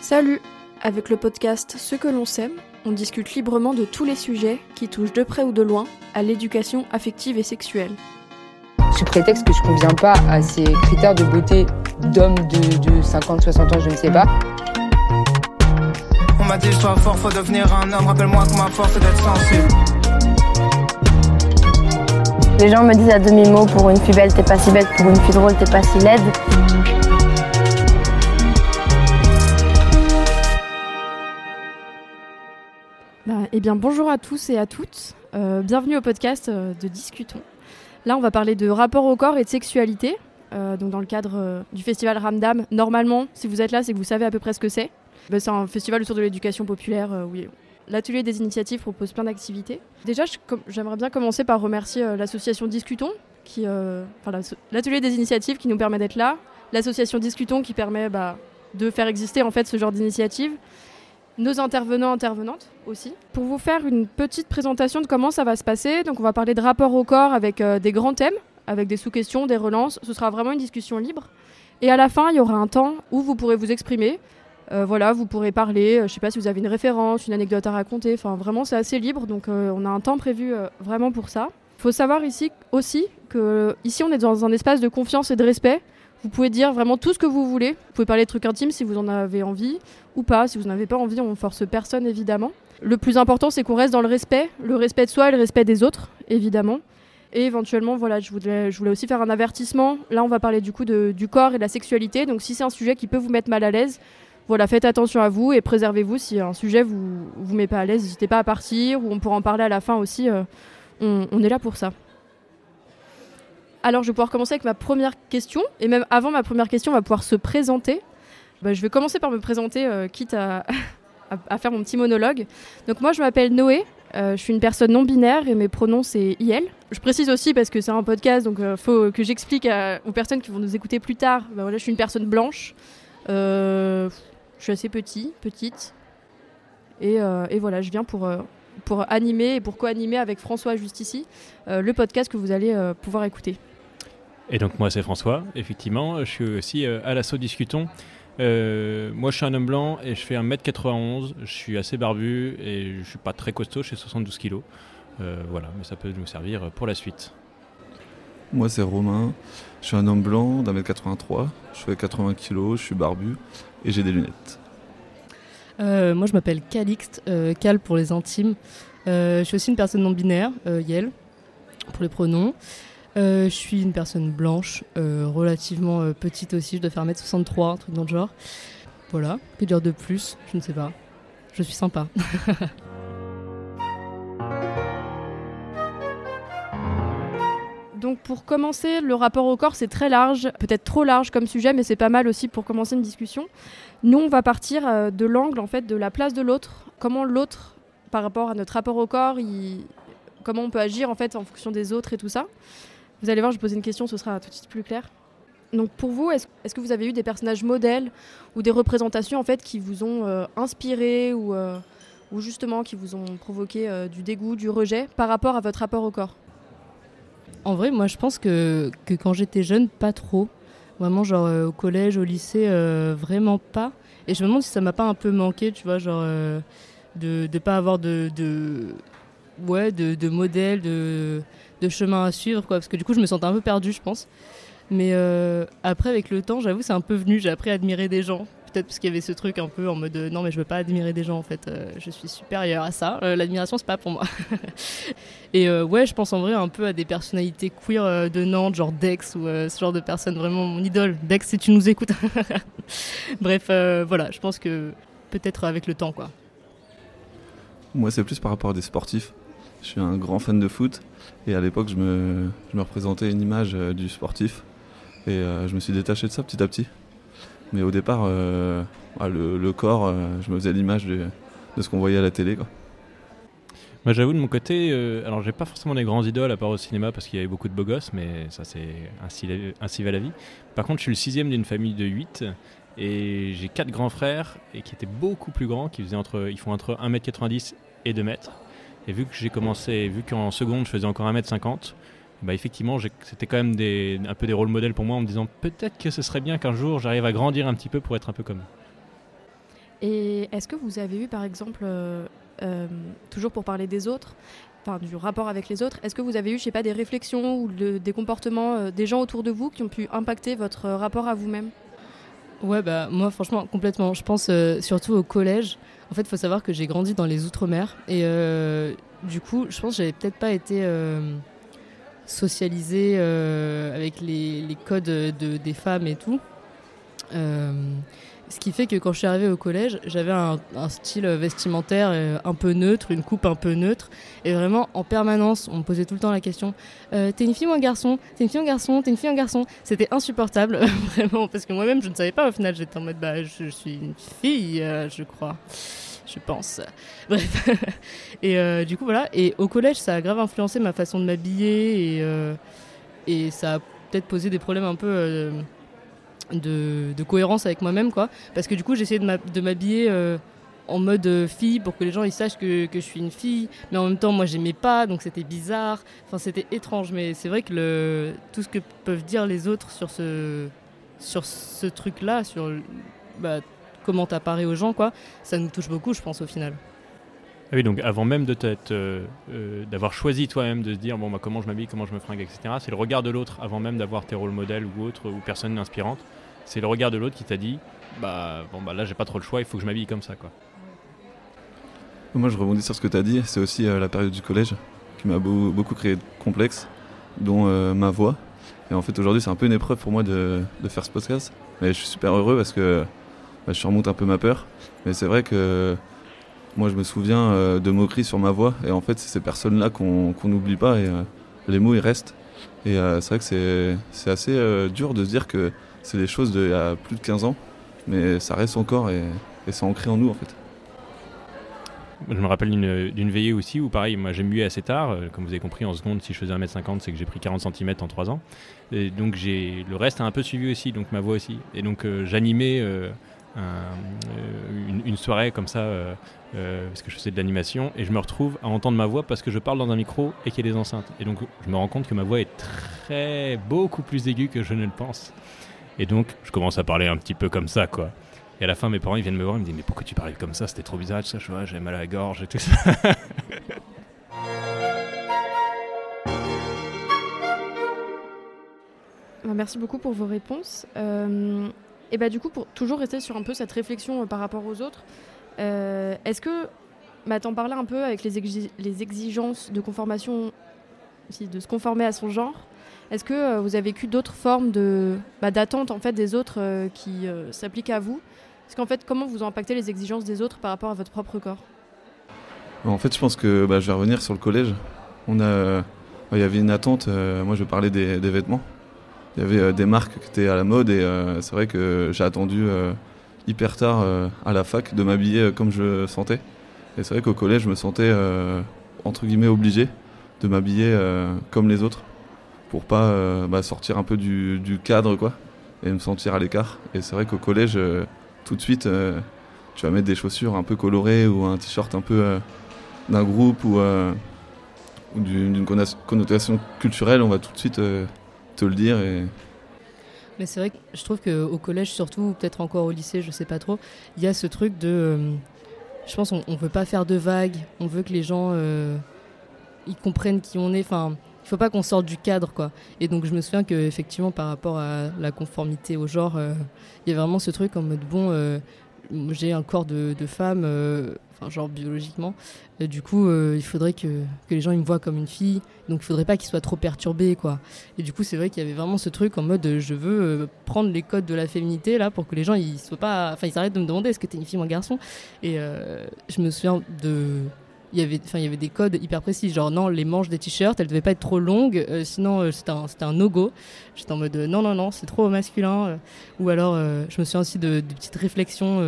Salut! Avec le podcast Ce que l'on sème, on discute librement de tous les sujets qui touchent de près ou de loin à l'éducation affective et sexuelle. Sous prétexte que je ne conviens pas à ces critères de beauté d'hommes de 50-60 ans, je ne sais pas. On m'a dit sois fort, faut devenir un homme, rappelle-moi que ma force est d'être sensible. Les gens me disent à demi-mot, pour une fille belle t'es pas si belle, pour une fille drôle t'es pas si laide. Eh bien bonjour à tous et à toutes, bienvenue au podcast de Discutons. Là on va parler de rapport au corps et de sexualité, donc dans le cadre du festival Ramdam. Normalement, si vous êtes là, c'est que vous savez à peu près ce que c'est. C'est un festival autour de l'éducation populaire, oui. L'atelier des initiatives propose plein d'activités. Déjà, j'aimerais bien commencer par remercier l'association Discutons, l'atelier des initiatives qui nous permet d'être là, l'association Discutons qui permet de faire exister en fait ce genre d'initiative, nos intervenantes aussi. Pour vous faire une petite présentation de comment ça va se passer, donc on va parler de rapport au corps avec des grands thèmes, avec des sous-questions, des relances. Ce sera vraiment une discussion libre. Et à la fin, il y aura un temps où vous pourrez vous exprimer. Vous pourrez parler, je ne sais pas si vous avez une référence, une anecdote à raconter, enfin vraiment c'est assez libre, donc on a un temps prévu vraiment pour ça. Il faut savoir ici aussi qu'ici on est dans un espace de confiance et de respect. Vous pouvez dire vraiment tout ce que vous voulez, vous pouvez parler de trucs intimes si vous en avez envie ou pas, si vous n'avez pas envie on ne force personne évidemment. Le plus important c'est qu'on reste dans le respect de soi et le respect des autres évidemment. Et éventuellement, je voulais aussi faire un avertissement. Là, on va parler du coup du corps et de la sexualité. Donc, si c'est un sujet qui peut vous mettre mal à l'aise, faites attention à vous et préservez-vous. Si un sujet vous met pas à l'aise, n'hésitez pas à partir ou on pourra en parler à la fin aussi. On est là pour ça. Alors, je vais pouvoir commencer avec ma première question. Et même avant ma première question, on va pouvoir se présenter. Je vais commencer par me présenter, quitte à faire mon petit monologue. Donc, moi, je m'appelle Noé. Je suis une personne non binaire et mes pronoms c'est IL. Je précise aussi parce que c'est un podcast, donc faut que j'explique aux personnes qui vont nous écouter plus tard. Je suis une personne blanche. Je suis assez petite. Et voilà, je viens pour animer et pour co-animer avec François juste ici le podcast que vous allez pouvoir écouter. Et donc moi c'est François, effectivement, je suis aussi à l'asso Discutons. Moi je suis un homme blanc et je fais 1m91, je suis assez barbu et je suis pas très costaud, je fais 72 kg. Mais ça peut nous servir pour la suite. Moi c'est Romain, je suis un homme blanc d'1m83, je fais 80 kg, je suis barbu et j'ai des lunettes. Moi je m'appelle Calixte, Cal pour les intimes. Je suis aussi une personne non binaire, Yel pour les pronoms. Je suis une personne blanche, relativement petite aussi, je dois faire 1m63, un truc dans le genre. Voilà, que dire de plus, je ne sais pas. Je suis sympa. Donc pour commencer, le rapport au corps c'est très large, peut-être trop large comme sujet, mais c'est pas mal aussi pour commencer une discussion. Nous on va partir de l'angle en fait de la place de l'autre, comment l'autre par rapport à notre rapport au corps, comment on peut agir en fait en fonction des autres et tout ça. Vous allez voir, je vais poser une question, ce sera tout de suite plus clair. Donc pour vous, est-ce que vous avez eu des personnages modèles ou des représentations en fait qui vous ont inspiré ou justement qui vous ont provoqué du dégoût, du rejet par rapport à votre rapport au corps ? En vrai, moi, je pense que quand j'étais jeune, pas trop. Vraiment, au collège, au lycée, vraiment pas. Et je me demande si ça m'a pas un peu manqué, tu vois, de pas avoir de modèle, de chemin à suivre, quoi. Parce que du coup, je me sentais un peu perdue, je pense. Mais après, avec le temps, j'avoue, c'est un peu venu. J'ai appris à admirer des gens. Peut-être parce qu'il y avait ce truc un peu en mode non, mais je veux pas admirer des gens, en fait. Je suis supérieure à ça. L'admiration, c'est pas pour moi. Et je pense en vrai un peu à des personnalités queer de Nantes, genre Dex ou ce genre de personnes, vraiment mon idole. Dex, si tu nous écoutes. Bref, je pense que peut-être avec le temps, quoi. Moi c'est plus par rapport à des sportifs. Je suis un grand fan de foot et à l'époque je me représentais une image du sportif et je me suis détaché de ça petit à petit. Mais au départ, le corps, je me faisais l'image de ce qu'on voyait à la télé, quoi. Moi j'avoue de mon côté, alors j'ai pas forcément des grands idoles à part au cinéma parce qu'il y avait beaucoup de beaux gosses, mais ça c'est ainsi va la vie. Par contre je suis le 6e d'une famille de 8 et j'ai 4 grands frères et qui étaient beaucoup plus grands, ils font entre 1m90 et 2 mètres. Et vu qu'en seconde je faisais encore 1m50, effectivement c'était quand même un peu des rôles modèles pour moi en me disant peut-être que ce serait bien qu'un jour j'arrive à grandir un petit peu pour être un peu comme eux. Et est-ce que vous avez eu, par exemple, toujours pour parler des autres, du rapport avec les autres, est-ce que vous avez eu, je sais pas, des réflexions ou des comportements des gens autour de vous qui ont pu impacter votre rapport à vous-même ? Ouais, bah moi franchement complètement. Je pense surtout au collège. En fait, il faut savoir que j'ai grandi dans les Outre-mer et du coup, je pense que j'avais peut-être pas été socialisée avec les codes des femmes et tout. Ce qui fait que quand je suis arrivée au collège, j'avais un style vestimentaire un peu neutre, une coupe un peu neutre. Et vraiment, en permanence, on me posait tout le temps la question t'es une fille ou un garçon ? T'es une fille ou un garçon ? T'es une fille ou un garçon ? C'était insupportable, vraiment, parce que moi-même, je ne savais pas. Au final, j'étais en mode je suis une fille, je crois. Je pense. Bref. Et du coup, voilà. Et au collège, ça a grave influencé ma façon de m'habiller et ça a peut-être posé des problèmes un peu de cohérence avec moi-même, quoi. Parce que du coup, j'essayais de m'habiller en mode fille pour que les gens ils sachent que je suis une fille. Mais en même temps, moi, j'aimais pas, donc c'était bizarre. Enfin, c'était étrange. Mais c'est vrai que tout ce que peuvent dire les autres sur ce truc-là, sur comment t'apparais aux gens, quoi, ça nous touche beaucoup, je pense, au final. Ah oui, donc avant même d'avoir choisi toi-même de se dire comment je m'habille, comment je me fringue, etc., c'est le regard de l'autre avant même d'avoir tes rôles modèles ou autres ou personne inspirante. C'est le regard de l'autre qui t'a dit là j'ai pas trop le choix, il faut que je m'habille comme ça, quoi. Moi je rebondis sur ce que tu as dit, c'est aussi la période du collège qui m'a beaucoup créé de complexes, dont ma voix. Et en fait aujourd'hui c'est un peu une épreuve pour moi de faire ce podcast, mais je suis super heureux parce que je surmonte un peu ma peur. Mais c'est vrai que moi je me souviens de moqueries sur ma voix, et en fait c'est ces personnes-là qu'on n'oublie pas, et les mots ils restent. Et c'est vrai que c'est assez dur de se dire que c'est des choses d'il y a plus de 15 ans, mais ça reste encore et c'est ancré en nous en fait. Je me rappelle d'une veillée aussi où pareil, moi j'ai mué assez tard, comme vous avez compris en seconde, si je faisais 1m50 c'est que j'ai pris 40 cm en 3 ans, et donc le reste a un peu suivi aussi, donc ma voix aussi, et donc j'animais une soirée comme ça parce que je faisais de l'animation, et je me retrouve à entendre ma voix parce que je parle dans un micro et qu'il y a des enceintes, et donc je me rends compte que ma voix est beaucoup plus aiguë que je ne le pense, et donc je commence à parler un petit peu comme ça, quoi. Et à la fin, mes parents ils viennent me voir, ils me disent mais pourquoi tu parlais comme ça, c'était trop bizarre, tout ça. Je vois, j'avais mal à la gorge et tout ça. Merci beaucoup pour vos réponses. Et du coup, pour toujours rester sur un peu cette réflexion par rapport aux autres, est-ce que t'en parlais un peu avec les exigences de conformation, aussi de se conformer à son genre. Est-ce que vous avez vécu d'autres formes d'attente en fait, des autres qui s'appliquent à vous ? Parce qu'en fait, comment vous ont impacté les exigences des autres par rapport à votre propre corps ? En fait, je pense que je vais revenir sur le collège. Il y avait une attente, moi je parlais des vêtements. Il y avait des marques qui étaient à la mode, et c'est vrai que j'ai attendu hyper tard à la fac de m'habiller comme je sentais. Et c'est vrai qu'au collège, je me sentais entre guillemets obligé de m'habiller comme les autres pour pas sortir un peu du cadre, quoi, et me sentir à l'écart. Et c'est vrai qu'au collège, tout de suite, tu vas mettre des chaussures un peu colorées ou un t-shirt un peu d'un groupe ou d'une connotation culturelle, on va tout de suite te le dire. Mais c'est vrai que je trouve qu'au collège, surtout, peut-être encore au lycée, je sais pas trop, il y a ce truc de... je pense qu'on veut pas faire de vagues, on veut que les gens ils comprennent qui on est, enfin... Il ne faut pas qu'on sorte du cadre, quoi. Et donc je me souviens qu'effectivement par rapport à la conformité au genre, il y a vraiment ce truc en mode j'ai un corps de femme, genre biologiquement. Et du coup, il faudrait que les gens ils me voient comme une fille, donc il ne faudrait pas qu'ils soient trop perturbés, quoi. Et du coup, c'est vrai qu'il y avait vraiment ce truc en mode je veux prendre les codes de la féminité là pour que les gens ils arrêtent de me demander est-ce que t'es une fille ou un garçon. Et je me souviens il y avait des codes hyper précis, genre non, les manches des t-shirts elles devaient pas être trop longues, sinon c'était un no-go. J'étais en mode non, c'est trop masculin. Ou alors je me souviens aussi de petites réflexions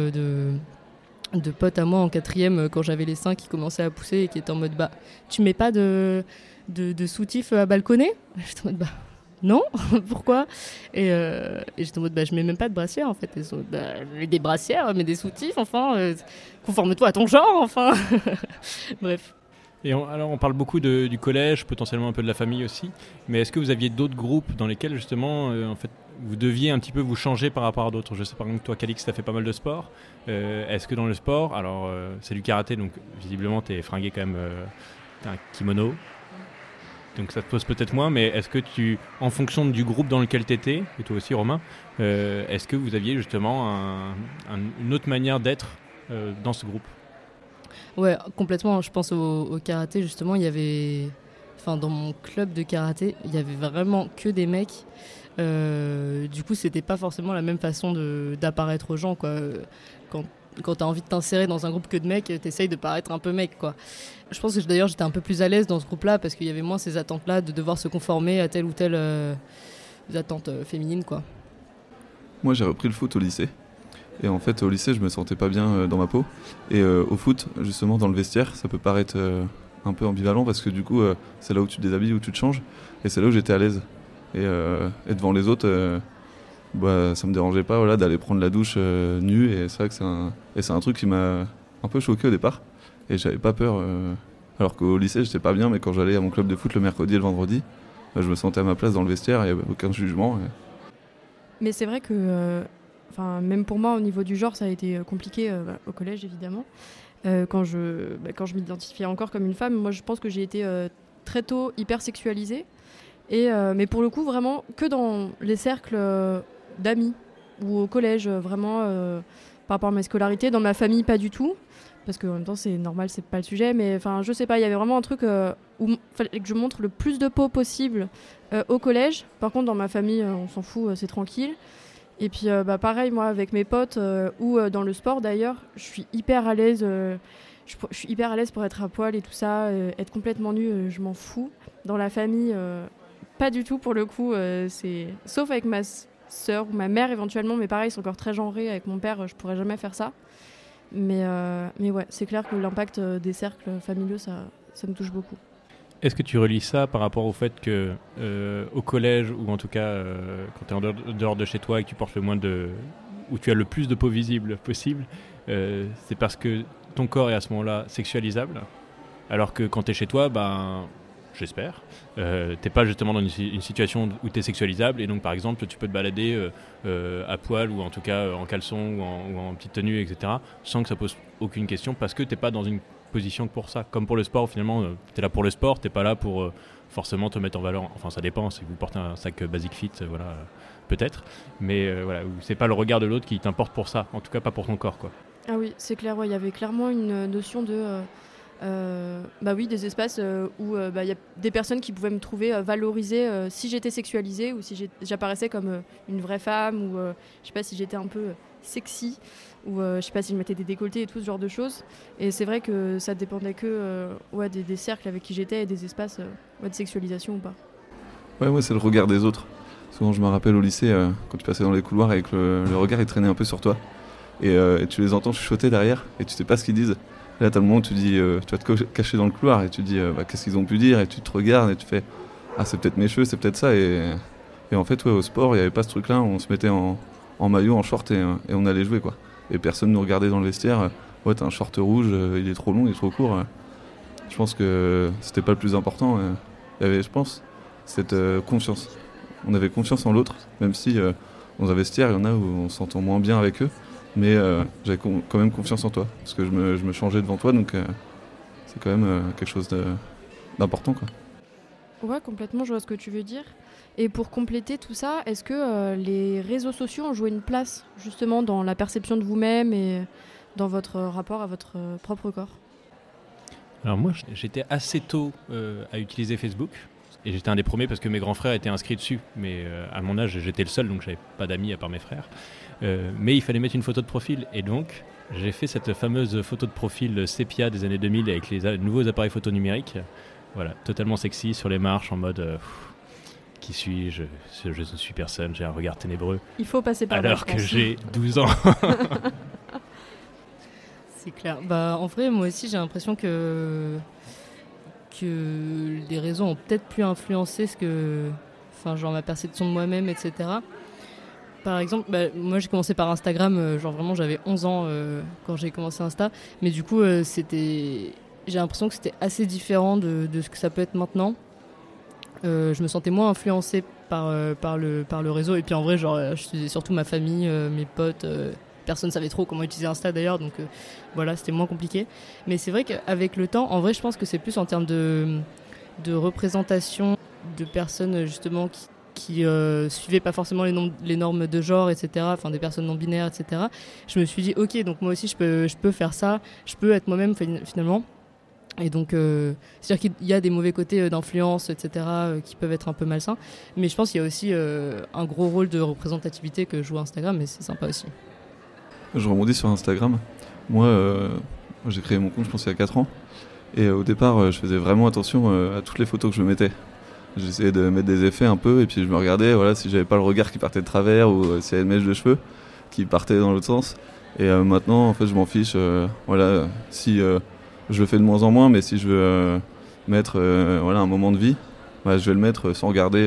de potes à moi en 4e quand j'avais les seins qui commençaient à pousser et qui étaient en mode tu mets pas de soutif à balconner. J'étais en mode non, pourquoi ? Et j'étais en mode je mets même pas de brassière en fait. Mais des brassières, mais des soutifs, enfin, conforme-toi à ton genre, enfin. Bref. Et alors on parle beaucoup du collège, potentiellement un peu de la famille aussi, mais est-ce que vous aviez d'autres groupes dans lesquels justement, en fait, vous deviez un petit peu vous changer par rapport à d'autres. Je sais par exemple, toi, Calix, tu as fait pas mal de sport. Est-ce que dans le sport, alors c'est du karaté, donc visiblement, tu es fringué quand même, t'as un kimono. Donc ça te pose peut-être moins, mais est-ce que en fonction du groupe dans lequel tu étais, et toi aussi Romain, est-ce que vous aviez justement une autre manière d'être dans ce groupe ? Ouais, complètement. Je pense au karaté, justement, il y avait... Enfin, dans mon club de karaté, il y avait vraiment que des mecs. Du coup, c'était pas forcément la même façon d'apparaître aux gens, quoi. Quand t'as envie de t'insérer dans un groupe que de mecs, t'essayes de paraître un peu mec, quoi. Je pense que d'ailleurs j'étais un peu plus à l'aise dans ce groupe-là parce qu'il y avait moins ces attentes-là de devoir se conformer à telle ou telle attente féminine, quoi. Moi, j'ai repris le foot au lycée. Et en fait, au lycée, je me sentais pas bien dans ma peau. Et au foot, justement, dans le vestiaire, ça peut paraître un peu ambivalent parce que du coup, c'est là où tu te déshabilles, où tu te changes. Et c'est là où j'étais à l'aise. Et devant les autres... ça me dérangeait pas d'aller prendre la douche nue, et c'est vrai que c'est un truc qui m'a un peu choqué au départ, et j'avais pas peur alors qu'au lycée j'étais pas bien, mais quand j'allais à mon club de foot le mercredi et le vendredi, je me sentais à ma place dans le vestiaire, il n'y avait aucun jugement. Mais c'est vrai que même pour moi au niveau du genre ça a été compliqué au collège évidemment, quand je m'identifiais encore comme une femme. Moi je pense que j'ai été très tôt hyper sexualisée. Mais pour le coup, vraiment, que dans les cercles d'amis ou au collège, vraiment, par rapport à ma scolarité. Dans ma famille, pas du tout, parce qu'en même temps, c'est normal, c'est pas le sujet. Mais je sais pas, il y avait vraiment un truc où il fallait que je montre le plus de peau possible au collège. Par contre, dans ma famille, on s'en fout, c'est tranquille. Et puis, pareil, moi, avec mes potes ou dans le sport, d'ailleurs, je suis hyper à l'aise. Je suis hyper à l'aise pour être à poil et tout ça, être complètement nue, je m'en fous. Dans la famille... Pas du tout pour le coup, sauf avec ma sœur ou ma mère éventuellement, mais pareil, c'est encore très genré. Avec mon père, je pourrais jamais faire ça. Mais ouais, c'est clair que l'impact des cercles familiaux, ça me touche beaucoup. Est-ce que tu relis ça par rapport au fait que au collège, ou en tout cas quand tu es en dehors de chez toi et que tu portes où tu as le plus de peau visible possible, c'est parce que ton corps est à ce moment-là sexualisable, alors que quand tu es chez toi, j'espère, t'es pas justement dans une situation où t'es sexualisable, et donc par exemple tu peux te balader à poil, ou en tout cas en caleçon ou en petite tenue, etc., sans que ça pose aucune question, parce que t'es pas dans une position que pour ça. Comme pour le sport, finalement, t'es là pour le sport, t'es pas là pour forcément te mettre en valeur. Enfin, ça dépend, si vous portez un sac Basic Fit, peut-être, mais c'est pas le regard de l'autre qui t'importe pour ça, en tout cas pas pour ton corps, quoi. Ah oui, c'est clair, il y avait clairement une notion de... des espaces où il y a des personnes qui pouvaient me trouver valorisée si j'étais sexualisée, ou si j'apparaissais comme une vraie femme, ou je sais pas, si j'étais un peu sexy, ou je sais pas, si je mettais des décolletés et tout ce genre de choses. Et c'est vrai que ça dépendait que des cercles avec qui j'étais, et des espaces de sexualisation ou pas. Ouais, c'est le regard des autres. Souvent je me rappelle au lycée, quand tu passais dans les couloirs, avec le regard il traînait un peu sur toi, et tu les entends chuchoter derrière et tu sais pas ce qu'ils disent. Et là, t'as le moment où tu dis, tu vas te cacher dans le couloir, et tu dis, qu'est-ce qu'ils ont pu dire, et tu te regardes et tu fais, c'est peut-être mes cheveux, c'est peut-être ça. Et en fait, au sport, il n'y avait pas ce truc-là, on se mettait en maillot, en short, et on allait jouer, quoi. Et personne nous regardait dans le vestiaire, t'as un short rouge, il est trop long, il est trop court. Je pense que c'était pas le plus important. Il y avait, je pense, cette confiance. On avait confiance en l'autre, même si dans un vestiaire, il y en a où on s'entend moins bien avec eux. Mais j'avais quand même confiance en toi, parce que je me changeais devant toi, donc c'est quand même quelque chose d'important, quoi. Ouais, complètement, je vois ce que tu veux dire. Et pour compléter tout ça, est-ce que les réseaux sociaux ont joué une place justement dans la perception de vous-même et dans votre rapport à votre propre corps ? Alors moi, j'étais assez tôt à utiliser Facebook, et j'étais un des premiers parce que mes grands frères étaient inscrits dessus, mais à mon âge, j'étais le seul, donc j'avais pas d'amis à part mes frères. Mais il fallait mettre une photo de profil, et donc j'ai fait cette fameuse photo de profil sépia des années 2000 avec les nouveaux appareils photo numériques, voilà, totalement sexy sur les marches, en mode qui suis-je, je ne suis personne, j'ai un regard ténébreux. Il faut passer par là, alors que j'ai 12 ans. C'est clair. En vrai, moi aussi, j'ai l'impression que les réseaux ont peut-être pu influencer ma perception de moi-même, etc. Par exemple, moi j'ai commencé par Instagram, vraiment j'avais 11 ans quand j'ai commencé Insta, mais du coup j'ai l'impression que c'était assez différent de ce que ça peut être maintenant. je me sentais moins influencée par le réseau. Et puis en vrai, genre, c'était surtout ma famille, mes potes. Personne ne savait trop comment utiliser Insta d'ailleurs, donc voilà, c'était moins compliqué. Mais c'est vrai qu'avec le temps, en vrai, je pense que c'est plus en termes de représentation de personnes justement qui suivaient pas forcément les normes de genre, etc. Enfin, des personnes non binaires, etc. Je me suis dit, ok, donc moi aussi je peux faire ça, je peux être moi-même finalement. Et donc, c'est-à-dire qu'il y a des mauvais côtés d'influence, etc., qui peuvent être un peu malsains. Mais je pense qu'il y a aussi un gros rôle de représentativité que joue Instagram, et c'est sympa aussi. Je rebondis sur Instagram. Moi, j'ai créé mon compte, je pense, il y a 4 ans. Et au départ, je faisais vraiment attention à toutes les photos que je mettais. J'essayais de mettre des effets un peu, et puis je me regardais voilà, si j'avais pas le regard qui partait de travers ou s'il y avait une mèche de cheveux qui partait dans l'autre sens. Et maintenant, en fait, je m'en fiche. Voilà, si je le fais de moins en moins, mais si je veux mettre voilà, un moment de vie, je vais le mettre sans regarder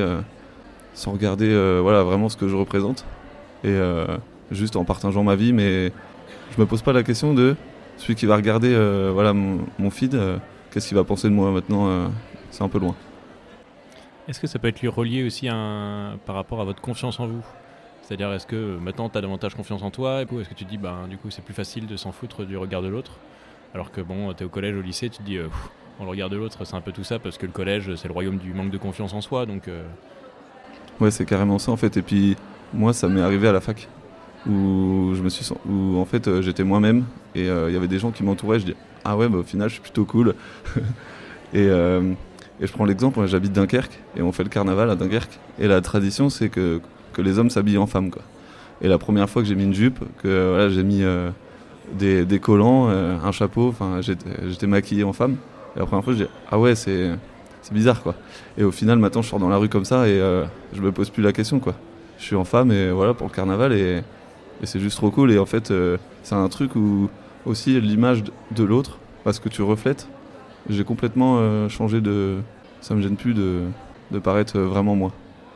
voilà, vraiment ce que je représente. Et juste en partageant ma vie, mais je me pose pas la question de celui qui va regarder voilà, mon feed, qu'est-ce qu'il va penser de moi maintenant, c'est un peu loin. Est-ce que ça peut être relié aussi par rapport à votre confiance en vous ? C'est-à-dire, est-ce que maintenant tu as davantage confiance en toi, ou est-ce que tu te dis du coup c'est plus facile de s'en foutre du regard de l'autre, alors que bon, tu es au collège, au lycée, tu te dis le regard de l'autre c'est un peu tout ça, parce que le collège c'est le royaume du manque de confiance en soi, donc... Ouais, c'est carrément ça en fait. Et puis moi ça m'est arrivé à la fac, où en fait j'étais moi-même, et il y avait des gens qui m'entouraient, je dis ah ouais, au final je suis plutôt cool. Et je prends l'exemple, j'habite Dunkerque et on fait le carnaval à Dunkerque, et la tradition c'est que les hommes s'habillent en femmes, quoi. Et la première fois que j'ai mis une jupe, que voilà, j'ai mis des collants, un chapeau, enfin j'étais maquillé en femme, et la première fois je dis ah ouais, c'est bizarre, quoi. Et au final maintenant je sors dans la rue comme ça, et je me pose plus la question, quoi. Je suis en femme, et voilà, pour le carnaval, et c'est juste trop cool. Et en fait c'est un truc où aussi l'image de l'autre, parce que tu reflètes, j'ai complètement changé ça me gêne plus de paraître vraiment moi.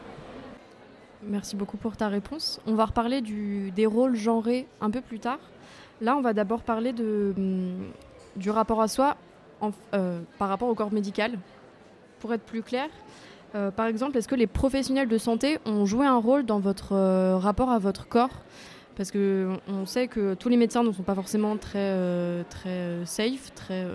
Merci beaucoup pour ta réponse. On va reparler des rôles genrés un peu plus tard. Là, on va d'abord parler du rapport à soi par rapport au corps médical. Pour être plus clair, par exemple, est-ce que les professionnels de santé ont joué un rôle dans votre rapport à votre corps ? Parce qu'on sait que tous les médecins ne sont pas forcément très safe,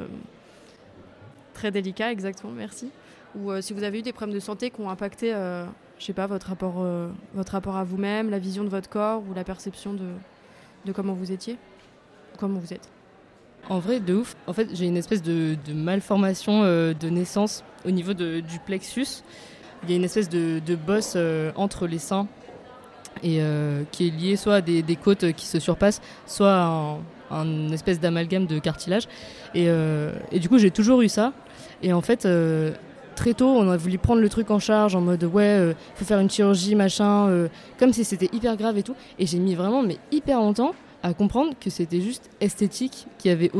très délicats, exactement, merci. Ou si vous avez eu des problèmes de santé qui ont impacté, je sais pas, votre rapport à vous-même, la vision de votre corps ou la perception de comment vous étiez, comment vous êtes. En vrai, de ouf. En fait, j'ai une espèce de malformation de naissance au niveau du plexus. Il y a une espèce de bosse entre les seins, et qui est liée soit à des côtes qui se surpassent, soit à un espèce d'amalgame de cartilage. Et du coup, j'ai toujours eu ça. Et en fait, très tôt, on a voulu prendre le truc en charge en mode faut faire une chirurgie, machin, comme si c'était hyper grave et tout. Et j'ai mis vraiment hyper longtemps à comprendre que c'était juste esthétique, qu'il n'y avait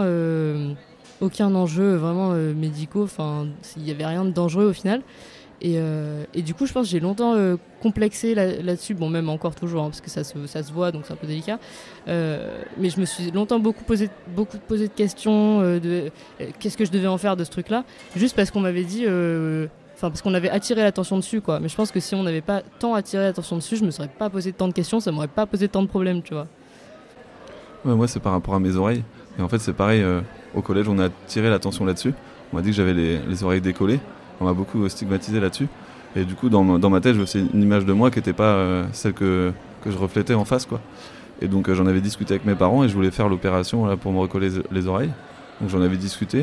aucun enjeu vraiment médicaux. Enfin, il n'y avait rien de dangereux au final. Et du coup, je pense que j'ai longtemps complexé là-dessus. Bon, même encore toujours, parce que ça se voit, donc c'est un peu délicat. Mais je me suis longtemps beaucoup posé de questions de qu'est-ce que je devais en faire de ce truc-là, juste parce qu'on m'avait dit... parce qu'on avait attiré l'attention dessus, quoi. Mais je pense que si on n'avait pas tant attiré l'attention dessus, je me serais pas posé tant de questions, ça m'aurait pas posé tant de problèmes, tu vois. Ouais, moi, c'est par rapport à mes oreilles. Et en fait, c'est pareil, au collège, on a attiré l'attention là-dessus. On m'a dit que j'avais les oreilles décollées. On m'a beaucoup stigmatisé là-dessus. Et du coup, dans ma tête, c'est une image de moi qui n'était pas celle que je reflétais en face, quoi. Et donc, j'en avais discuté avec mes parents, et je voulais faire l'opération là, pour me recoller les oreilles. Donc, j'en avais discuté.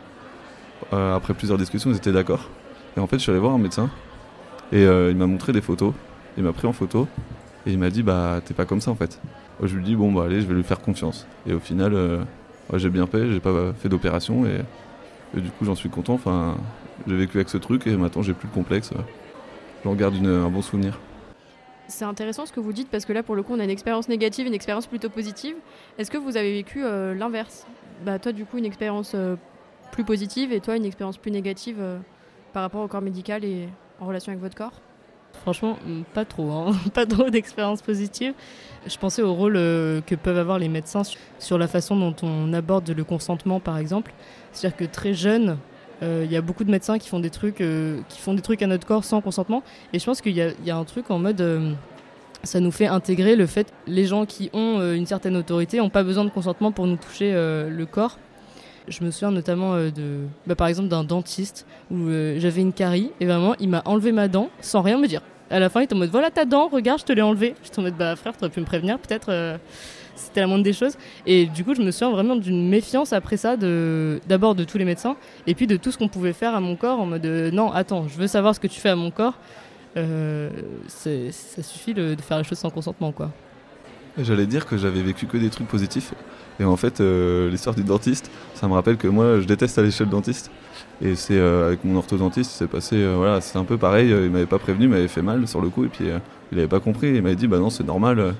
Après plusieurs discussions, ils étaient d'accord. Et en fait, je suis allé voir un médecin. Et il m'a montré des photos. Il m'a pris en photo. Et il m'a dit, t'es pas comme ça, en fait. Je lui ai dit, allez, je vais lui faire confiance. Et au final, j'ai bien fait. J'ai pas fait d'opération. Et du coup, j'en suis content. Enfin... J'ai vécu avec ce truc, et maintenant j'ai plus de complexe. J'en garde un bon souvenir. C'est intéressant ce que vous dites, parce que là pour le coup on a une expérience négative, une expérience plutôt positive. Est-ce que vous avez vécu l'inverse ? Toi du coup une expérience plus positive, et toi une expérience plus négative par rapport au corps médical et en relation avec votre corps ? Franchement, pas trop, hein. Pas trop d'expériences positives. Je pensais au rôle que peuvent avoir les médecins sur la façon dont on aborde le consentement, par exemple. C'est-à-dire que très jeune, y a beaucoup de médecins qui font des trucs à notre corps sans consentement. Et je pense qu'il y a un truc en mode... ça nous fait intégrer le fait que les gens qui ont une certaine autorité n'ont pas besoin de consentement pour nous toucher le corps. Je me souviens notamment par exemple d'un dentiste où j'avais une carie et vraiment il m'a enlevé ma dent sans rien me dire. À la fin il était en mode voilà ta dent, regarde je te l'ai enlevée. J'étais en mode frère t'aurais pu me prévenir peut-être, c'était la moindre des choses. Et du coup je me souviens vraiment d'une méfiance après ça, d'abord de tous les médecins et puis de tout ce qu'on pouvait faire à mon corps en mode non attends je veux savoir ce que tu fais à mon corps. Ça suffit de faire les choses sans consentement quoi. J'allais dire que j'avais vécu que des trucs positifs et en fait l'histoire du dentiste ça me rappelle que moi je déteste aller chez le dentiste et c'est avec mon orthodontiste c'est passé c'est un peu pareil, il m'avait pas prévenu, il m'avait fait mal sur le coup et puis il avait pas compris, il m'avait dit bah non c'est normal,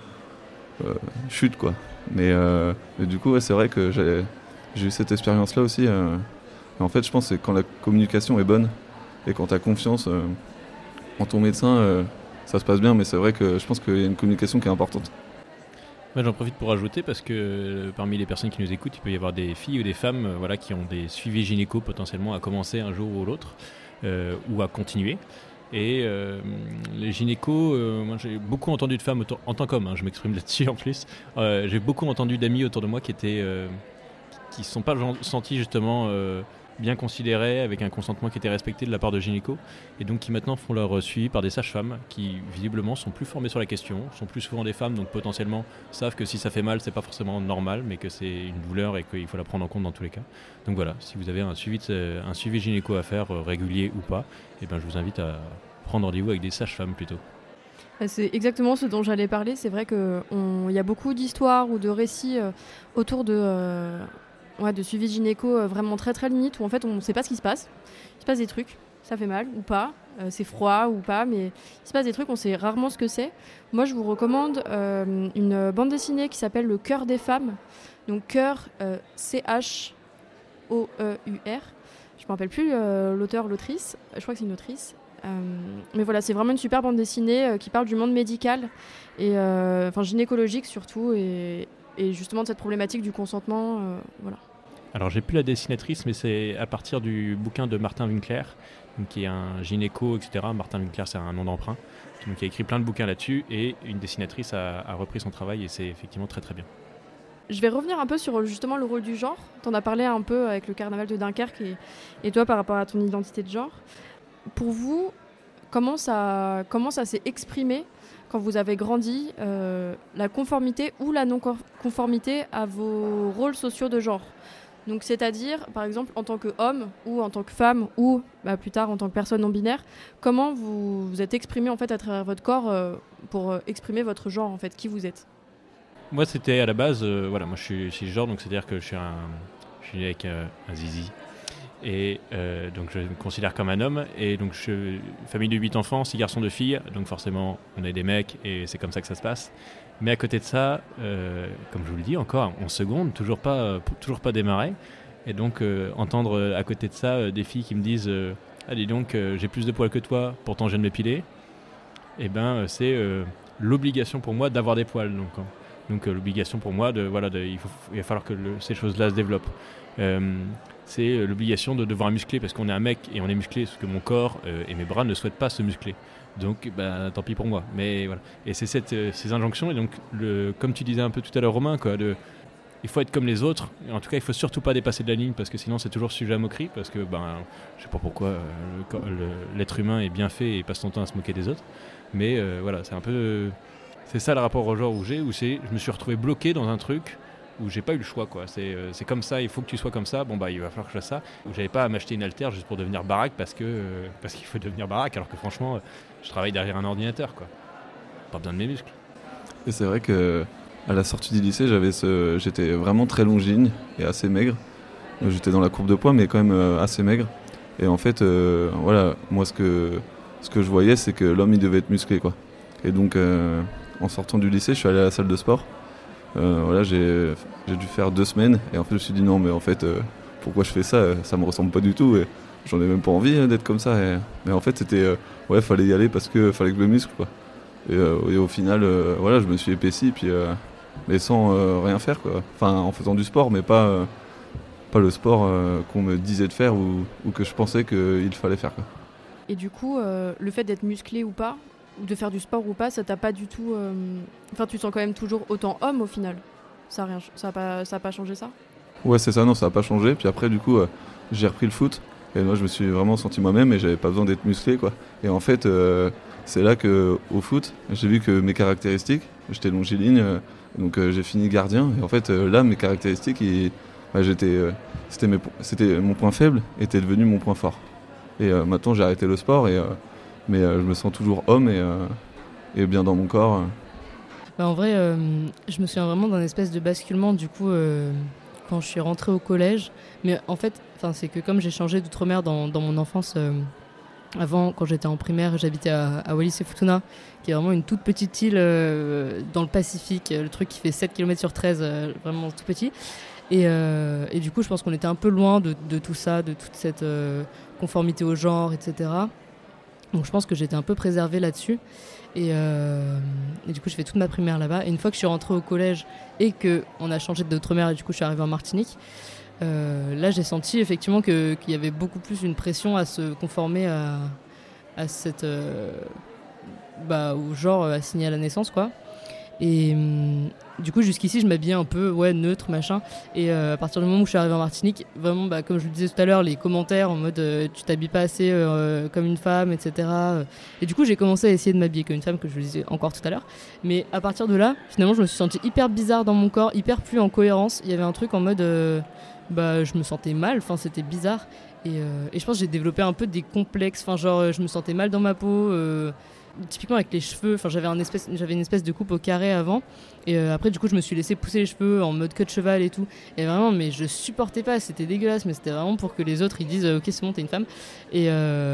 chute quoi mais du coup c'est vrai que j'ai eu cette expérience là aussi et en fait je pense que c'est quand la communication est bonne et quand t'as confiance en ton médecin, ça se passe bien, mais c'est vrai que je pense qu'il y a une communication qui est importante. Moi, j'en profite pour rajouter parce que parmi les personnes qui nous écoutent, il peut y avoir des filles ou des femmes qui ont des suivis gynéco potentiellement à commencer un jour ou l'autre ou à continuer. Et les gynécos, moi j'ai beaucoup entendu de femmes en tant qu'homme, je m'exprime là-dessus en plus. J'ai beaucoup entendu d'amis autour de moi qui ne sont pas sentis justement bien considérés, avec un consentement qui était respecté de la part de gynéco, et donc qui maintenant font leur suivi par des sages-femmes qui visiblement sont plus formées sur la question, sont plus souvent des femmes, donc potentiellement savent que si ça fait mal, c'est pas forcément normal, mais que c'est une douleur et qu'il faut la prendre en compte dans tous les cas. Donc voilà, si vous avez un suivi gynéco à faire, régulier ou pas, je vous invite à prendre rendez-vous avec des sages-femmes plutôt. C'est exactement ce dont j'allais parler. C'est vrai qu'il y a beaucoup d'histoires ou de récits autour de suivi gynéco vraiment très très limite où en fait on ne sait pas ce qui se passe. Il se passe des trucs, ça fait mal ou pas, c'est froid ou pas, mais il se passe des trucs, on sait rarement ce que c'est. Moi je vous recommande une bande dessinée qui s'appelle Le Cœur des femmes. Donc cœur, C-H-O-E-U-R. Je ne me rappelle plus l'auteur, l'autrice, je crois que c'est une autrice. Mais voilà, c'est vraiment une super bande dessinée qui parle du monde médical et gynécologique surtout et justement de cette problématique du consentement. Voilà. Alors j'ai plus la dessinatrice, mais c'est à partir du bouquin de Martin Winkler, qui est un gynéco, etc. Martin Winkler, c'est un nom d'emprunt, donc il a écrit plein de bouquins là-dessus et une dessinatrice a repris son travail et c'est effectivement très très bien. Je vais revenir un peu sur justement le rôle du genre. Tu en as parlé un peu avec le carnaval de Dunkerque et toi par rapport à ton identité de genre. Pour vous, comment ça s'est exprimé quand vous avez grandi, la conformité ou la non-conformité à vos rôles sociaux de genre? Donc, c'est-à-dire, par exemple, en tant qu'homme ou en tant que femme ou plus tard en tant que personne non-binaire, comment vous êtes exprimé en fait, à travers votre corps pour exprimer votre genre, en fait, qui vous êtes? Moi, c'était à la base, moi je suis genre, donc c'est-à-dire que je suis né avec un zizi. Et donc je me considère comme un homme et donc famille de 8 enfants, 6 garçons, 2 filles, donc forcément on est des mecs et c'est comme ça que ça se passe. Mais à côté de ça, comme je vous le dis encore, en seconde, toujours pas démarré. Et donc entendre à côté de ça des filles qui me disent ah dis donc j'ai plus de poils que toi, pourtant je viens de m'épiler, et c'est l'obligation pour moi d'avoir des poils. Donc l'obligation pour moi il va falloir que ces choses-là se développent. C'est l'obligation de devoir muscler parce qu'on est un mec et on est musclé, parce que mon corps et mes bras ne souhaitent pas se muscler. Donc tant pis pour moi. Mais voilà. Et c'est ces injonctions. Et donc, comme tu disais un peu tout à l'heure, Romain, il faut être comme les autres. Et en tout cas, il ne faut surtout pas dépasser de la ligne parce que sinon, c'est toujours sujet à moquerie. Parce que je ne sais pas pourquoi l'être humain est bien fait et passe son temps à se moquer des autres. Mais c'est un peu. C'est ça le rapport au genre où je me suis retrouvé bloqué dans un truc où j'ai pas eu le choix, quoi. C'est comme ça, il faut que tu sois comme ça, il va falloir que je fasse ça. Où j'avais pas à m'acheter une haltère juste pour devenir baraque parce qu'il faut devenir baraque, alors que franchement je travaille derrière un ordinateur, quoi. Pas besoin de mes muscles. Et c'est vrai que à la sortie du lycée, j'étais vraiment très longiligne et assez maigre. J'étais dans la courbe de poids mais quand même assez maigre. Et en fait moi ce que je voyais, c'est que l'homme il devait être musclé, quoi. Et donc en sortant du lycée, je suis allé à la salle de sport. J'ai dû faire 2 semaines et en fait je me suis dit non mais en fait pourquoi je fais ça, ça me ressemble pas du tout et j'en ai même pas envie d'être comme ça mais en fait c'était fallait y aller parce que fallait que je me muscle, quoi. Et au final je me suis épaissi puis mais sans rien faire, quoi. Enfin en faisant du sport mais pas le sport qu'on me disait de faire ou que je pensais qu'il fallait faire, quoi. Et du coup, le fait d'être musclé ou pas, ou de faire du sport ou pas, ça t'a pas du tout... Enfin, tu te sens quand même toujours autant homme au final. Ça a pas changé ça ? Ouais, c'est ça, non, ça n'a pas changé. Puis après, du coup, j'ai repris le foot. Et moi, je me suis vraiment senti moi-même et j'avais pas besoin d'être musclé, quoi. Et en fait, c'est là qu'au foot, j'ai vu que mes caractéristiques, j'étais longiligne, donc j'ai fini gardien. Et en fait, là, mes caractéristiques, c'était mon point faible, était devenu mon point fort. Et maintenant, j'ai arrêté le sport, mais je me sens toujours homme et bien dans mon corps. En vrai, je me souviens vraiment d'un espèce de basculement, du coup, quand je suis rentrée au collège. Mais en fait, c'est que comme j'ai changé d'outre-mer dans mon enfance, avant, quand j'étais en primaire, j'habitais à Wallis et Futuna, qui est vraiment une toute petite île dans le Pacifique, le truc qui fait 7 km sur 13, vraiment tout petit. Et du coup, je pense qu'on était un peu loin de tout ça, de toute cette conformité au genre, etc. Donc je pense que j'étais un peu préservée là-dessus. Et du coup, j'ai fait toute ma primaire là-bas. Et une fois que je suis rentrée au collège et qu'on a changé d'outre-mer, et du coup, je suis arrivée en Martinique, là, j'ai senti effectivement qu'il y avait beaucoup plus une pression à se conformer à cette, au genre assigné à la naissance, quoi. Et du coup, jusqu'ici, je m'habillais un peu neutre, machin. Et à partir du moment où je suis arrivée en Martinique, vraiment, comme je le disais tout à l'heure, les commentaires en mode tu t'habilles pas assez comme une femme, etc. Et du coup, j'ai commencé à essayer de m'habiller comme une femme, que je le disais encore tout à l'heure. Mais à partir de là, finalement, je me suis sentie hyper bizarre dans mon corps, hyper plus en cohérence. Il y avait un truc en mode je me sentais mal, c'était bizarre. Et je pense que j'ai développé un peu des complexes. Je me sentais mal dans ma peau. Typiquement avec les cheveux, j'avais une espèce de coupe au carré avant, et après du coup je me suis laissé pousser les cheveux en mode queue de cheval et tout, et vraiment mais je supportais pas, c'était dégueulasse, mais c'était vraiment pour que les autres ils disent ok c'est bon t'es une femme, et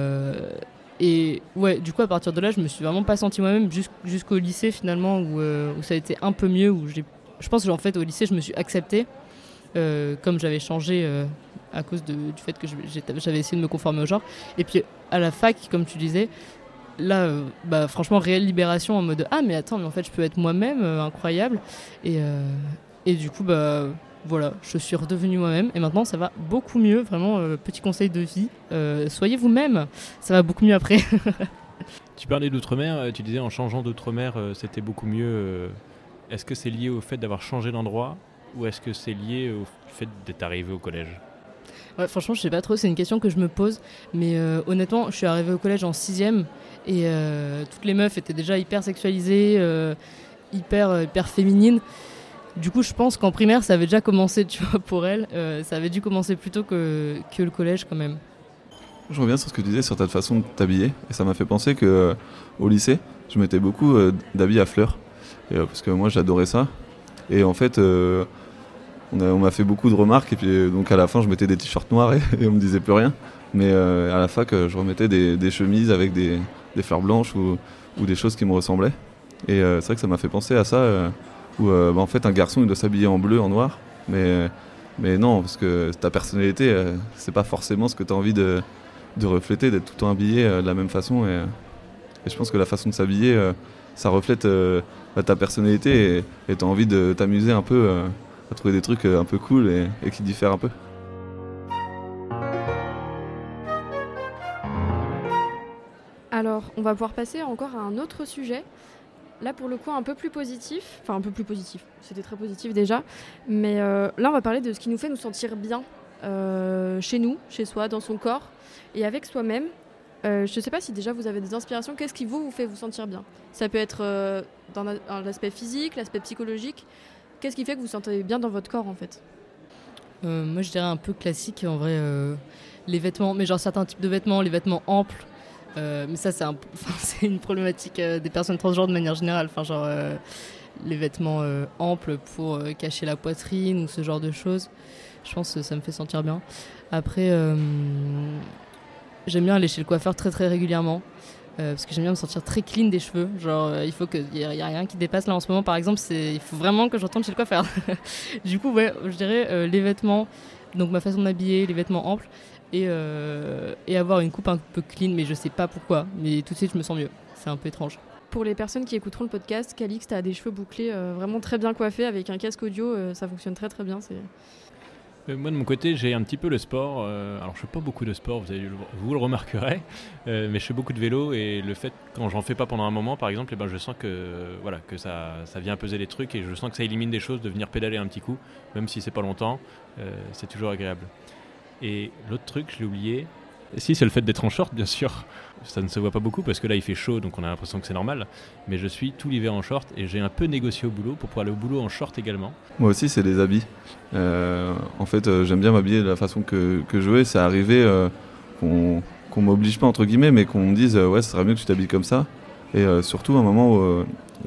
ouais, du coup à partir de là je me suis vraiment pas sentie moi-même jusqu'au lycée finalement où ça a été un peu mieux, où je pense qu'en fait au lycée je me suis acceptée comme j'avais changé à cause du fait que j'avais essayé de me conformer au genre, et puis à la fac comme tu disais, là, franchement, réelle libération en mode « Ah, mais attends, mais en fait, je peux être moi-même, incroyable !» Et du coup, voilà, je suis redevenue moi-même. Et maintenant, ça va beaucoup mieux. Vraiment, petit conseil de vie, soyez vous-même. Ça va beaucoup mieux après. Tu parlais d'outre-mer, tu disais en changeant d'outre-mer, c'était beaucoup mieux. Est-ce que c'est lié au fait d'avoir changé d'endroit ou est-ce que c'est lié au fait d'être arrivé au collège ? Ouais, franchement, je sais pas trop, c'est une question que je me pose. Mais honnêtement, je suis arrivée au collège en 6e et toutes les meufs étaient déjà hyper sexualisées, hyper féminines. Du coup, je pense qu'en primaire, ça avait déjà commencé, tu vois, pour elles. Ça avait dû commencer plus tôt que le collège, quand même. Je reviens sur ce que tu disais sur ta façon de t'habiller. Et ça m'a fait penser qu'au lycée, je mettais beaucoup d'habits à fleurs. Parce que moi, j'adorais ça. Et en fait... on m'a fait beaucoup de remarques et puis donc à la fin je mettais des t-shirts noirs et on me disait plus rien, mais à la fac je remettais des chemises avec des fleurs blanches ou des choses qui me ressemblaient, et c'est vrai que ça m'a fait penser à ça où en fait un garçon il doit s'habiller en bleu, en noir, mais non, parce que ta personnalité c'est pas forcément ce que tu as envie de refléter, d'être tout le temps habillé de la même façon, et je pense que la façon de s'habiller ça reflète ta personnalité et tu as envie de t'amuser un peu à trouver des trucs un peu cool et qui diffèrent un peu. Alors, on va pouvoir passer encore à un autre sujet. Là, pour le coup, un peu plus positif. Enfin, un peu plus positif. C'était très positif déjà. Mais là, on va parler de ce qui nous fait nous sentir bien chez nous, chez soi, dans son corps et avec soi-même. Je ne sais pas si déjà vous avez des inspirations. Qu'est-ce qui vous fait vous sentir bien ? Ça peut être dans l'aspect physique, l'aspect psychologique. Qu'est-ce qui fait que vous vous sentez bien dans votre corps en fait ? Moi je dirais un peu classique en vrai, les vêtements, mais genre certains types de vêtements, les vêtements amples, mais ça c'est une problématique des personnes transgenres de manière générale, les vêtements amples pour cacher la poitrine ou ce genre de choses, je pense que ça me fait sentir bien. Après j'aime bien aller chez le coiffeur très très régulièrement. Parce que j'aime bien me sentir très clean des cheveux, il faut qu'il y ait rien qui dépasse. Là en ce moment par exemple, il faut vraiment que je retourne chez le coiffeur. Du coup ouais, je dirais les vêtements, donc ma façon de m'habiller, les vêtements amples et avoir une coupe un peu clean, mais je sais pas pourquoi, mais tout de suite je me sens mieux, c'est un peu étrange. Pour les personnes qui écouteront le podcast, Calixte a des cheveux bouclés vraiment très bien coiffés avec un casque audio, ça fonctionne très très bien. Moi de mon côté j'ai un petit peu le sport, alors je fais pas beaucoup de sport, vous le remarquerez, mais je fais beaucoup de vélo et le fait quand j'en fais pas pendant un moment par exemple, je sens que ça vient peser les trucs et je sens que ça élimine des choses de venir pédaler un petit coup, même si c'est pas longtemps, c'est toujours agréable. Et l'autre truc, je l'ai oublié, si c'est le fait d'être en short bien sûr, ça ne se voit pas beaucoup parce que là il fait chaud donc on a l'impression que c'est normal, mais je suis tout l'hiver en short et j'ai un peu négocié au boulot pour pouvoir aller au boulot en short également. Moi aussi, c'est les habits. En fait, j'aime bien m'habiller de la façon que je veux. C'est arrivé qu'on m'oblige pas, entre guillemets, mais qu'on me dise ouais, ce serait mieux que tu t'habilles comme ça. Et surtout, à un moment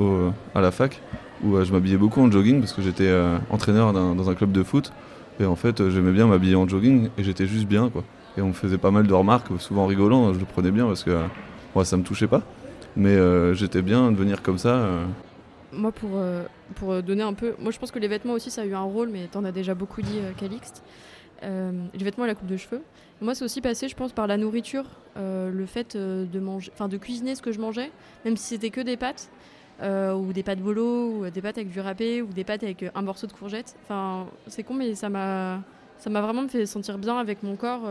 à la fac, où je m'habillais beaucoup en jogging parce que j'étais entraîneur dans un club de foot. Et en fait, j'aimais bien m'habiller en jogging et j'étais juste bien, quoi. Et on me faisait pas mal de remarques, souvent rigolant, je le prenais bien parce que ça me touchait pas. Mais j'étais bien de venir comme ça. Moi, pour donner un peu... Moi, je pense que les vêtements aussi, ça a eu un rôle, mais t'en as déjà beaucoup dit, Calixte. Les vêtements et la coupe de cheveux. Et moi, c'est aussi passé, je pense, par la nourriture. Le fait de cuisiner ce que je mangeais, même si c'était que des pâtes, ou des pâtes bolo, ou des pâtes avec du râpé, ou des pâtes avec un morceau de courgette. Enfin, c'est con, mais ça m'a vraiment fait sentir bien avec mon corps.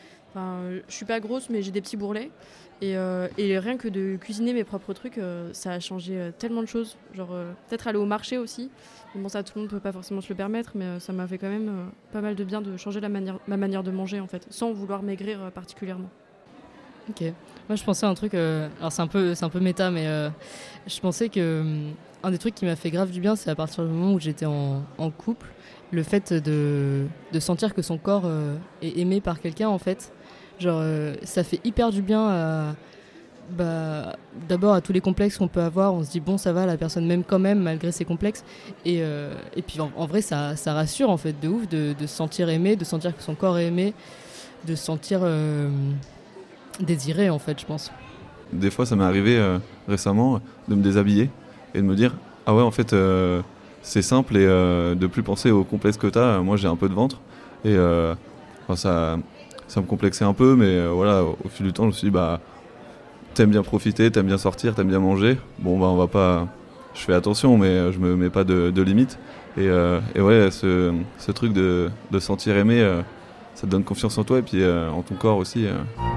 Je suis pas grosse, mais j'ai des petits bourrelets. Et rien que de cuisiner mes propres trucs, ça a changé tellement de choses. Genre, peut-être aller au marché aussi. Mais bon, ça, tout le monde peut pas forcément se le permettre, mais ça m'a fait quand même pas mal de bien de changer ma manière de manger, en fait, sans vouloir maigrir particulièrement. Ok. Moi, je pensais à un truc. Alors, c'est un peu méta, mais je pensais que un des trucs qui m'a fait grave du bien, c'est à partir du moment où j'étais en couple, le fait de sentir que son corps est aimé par quelqu'un, en fait. Genre, ça fait hyper du bien d'abord à tous les complexes qu'on peut avoir. On se dit, bon, ça va, la personne m'aime quand même, malgré ses complexes. Et puis, en vrai, ça rassure, en fait, de ouf, de se sentir aimé, de sentir que son corps est aimé, de se sentir désiré, en fait, je pense. Des fois, ça m'est arrivé récemment de me déshabiller et de me dire « Ah ouais, en fait, c'est simple et de plus penser aux complexes que t'as. Moi, j'ai un peu de ventre. » Et ça me complexait un peu, mais voilà, au fil du temps, je me suis dit « T'aimes bien profiter, t'aimes bien sortir, t'aimes bien manger. Bon, on va pas... Je fais attention, mais je me mets pas de limites. » Et ouais, ce truc de sentir aimé, ça te donne confiance en toi et puis en ton corps aussi.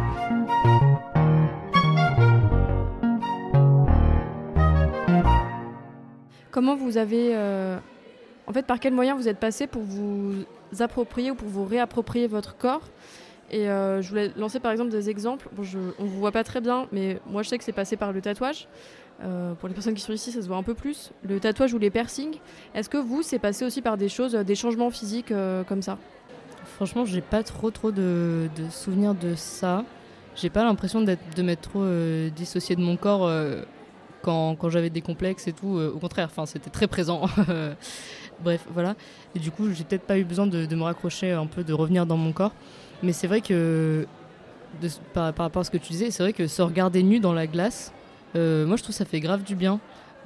Comment vous avez... En fait, par quels moyens vous êtes passé pour vous approprier ou pour vous réapproprier votre corps ? Et je voulais lancer par exemple des exemples. Bon, on ne vous voit pas très bien, mais moi je sais que c'est passé par le tatouage. Pour les personnes qui sont ici, ça se voit un peu plus. Le tatouage ou les piercings. Est-ce que vous, c'est passé aussi par des choses, des changements physiques comme ça ? Franchement, j'ai pas trop de souvenirs de ça. J'ai pas l'impression de m'être trop dissociée de mon corps quand j'avais des complexes et tout. Au contraire, c'était très présent. Bref, voilà. Et du coup, j'ai peut-être pas eu besoin de me raccrocher un peu, de revenir dans mon corps. Mais c'est vrai que, par rapport à ce que tu disais, c'est vrai que se regarder nu dans la glace, moi je trouve que ça fait grave du bien.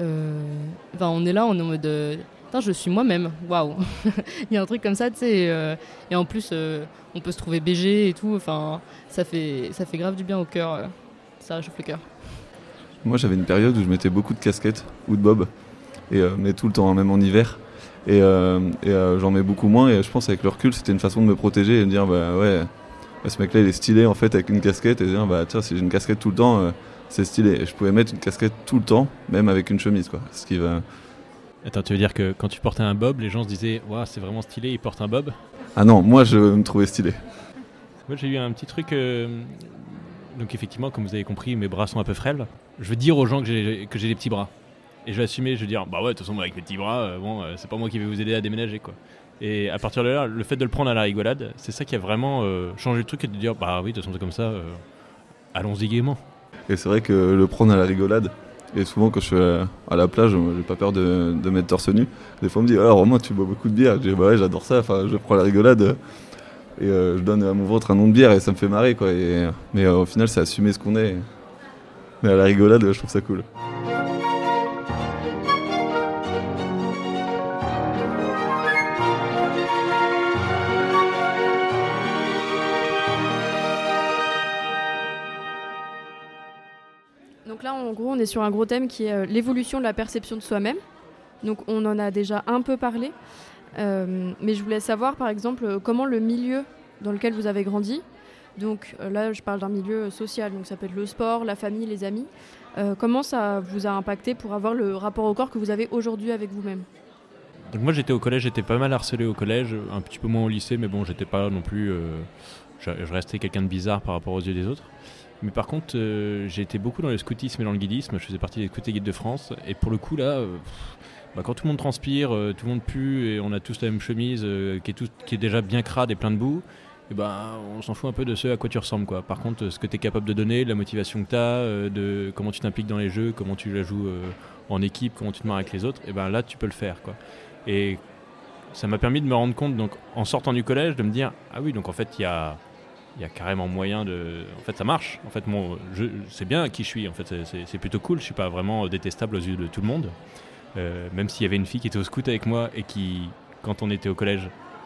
On est là, on est en mode putain, je suis moi-même, waouh. Il y a un truc comme ça, tu sais. Et en plus, on peut se trouver BG et tout. Enfin, ça fait grave du bien au cœur. Ça réchauffe le cœur. Moi, j'avais une période où je mettais beaucoup de casquettes ou de bobs, mais tout le temps, hein, même en hiver. Et j'en mets beaucoup moins et je pense avec le recul c'était une façon de me protéger et de me dire ce mec là il est stylé en fait avec une casquette et de dire tiens, si j'ai une casquette tout le temps c'est stylé, et je pouvais mettre une casquette tout le temps même avec une chemise, quoi. Ce qui va... Attends, tu veux dire que quand tu portais un bob, les gens se disaient waouh, c'est vraiment stylé, il porte un bob? Ah non, moi je me trouvais stylé. Moi j'ai eu un petit truc donc effectivement, comme vous avez compris, mes bras sont un peu frêles. Je veux dire aux gens que j'ai des petits bras. Et je vais assumer, je vais dire, de toute façon, moi, avec mes petits bras, c'est pas moi qui vais vous aider à déménager, quoi. Et à partir de là, le fait de le prendre à la rigolade, c'est ça qui a vraiment changé le truc et de dire, oui, de toute façon, c'est comme ça, allons-y gaiement. Et c'est vrai que le prendre à la rigolade, et souvent quand je suis à la plage, j'ai pas peur de mettre torse nu. Des fois, on me dit, alors moi, tu bois beaucoup de bière. Je dis, ouais, j'adore ça, je prends la rigolade. Et je donne à mon ventre un nom de bière et ça me fait marrer, quoi. Mais au final, c'est assumer ce qu'on est. Mais à la rigolade, je trouve ça cool. Donc là, en gros, on est sur un gros thème qui est l'évolution de la perception de soi-même. Donc on en a déjà un peu parlé. Mais je voulais savoir, par exemple, comment le milieu dans lequel vous avez grandi, donc là je parle d'un milieu social, donc ça peut être le sport, la famille, les amis, comment ça vous a impacté pour avoir le rapport au corps que vous avez aujourd'hui avec vous-même ? Donc moi j'étais au collège, j'étais pas mal harcelé au collège, un petit peu moins au lycée, mais bon j'étais pas non plus, je restais quelqu'un de bizarre par rapport aux yeux des autres. Mais par contre j'ai été beaucoup dans le scoutisme et dans le guidisme, je faisais partie des Scouts et Guides de France, et pour le coup là, quand tout le monde transpire, tout le monde pue, et on a tous la même chemise qui est déjà bien crade et plein de boue, et on s'en fout un peu de ce à quoi tu ressembles, quoi. Par contre, ce que tu es capable de donner, de la motivation que tu as, de comment tu t'impliques dans les jeux, comment tu la joues en équipe, comment tu te marres avec les autres, et là tu peux le faire, quoi. Et ça m'a permis de me rendre compte, donc en sortant du collège, de me dire ah oui, donc en fait il y a carrément moyen de, en fait ça marche, en fait c'est bien qui je suis, en fait c'est plutôt cool, je suis pas vraiment détestable aux yeux de tout le monde, même s'il y avait une fille qui était au scout avec moi et qui, quand on était au collège,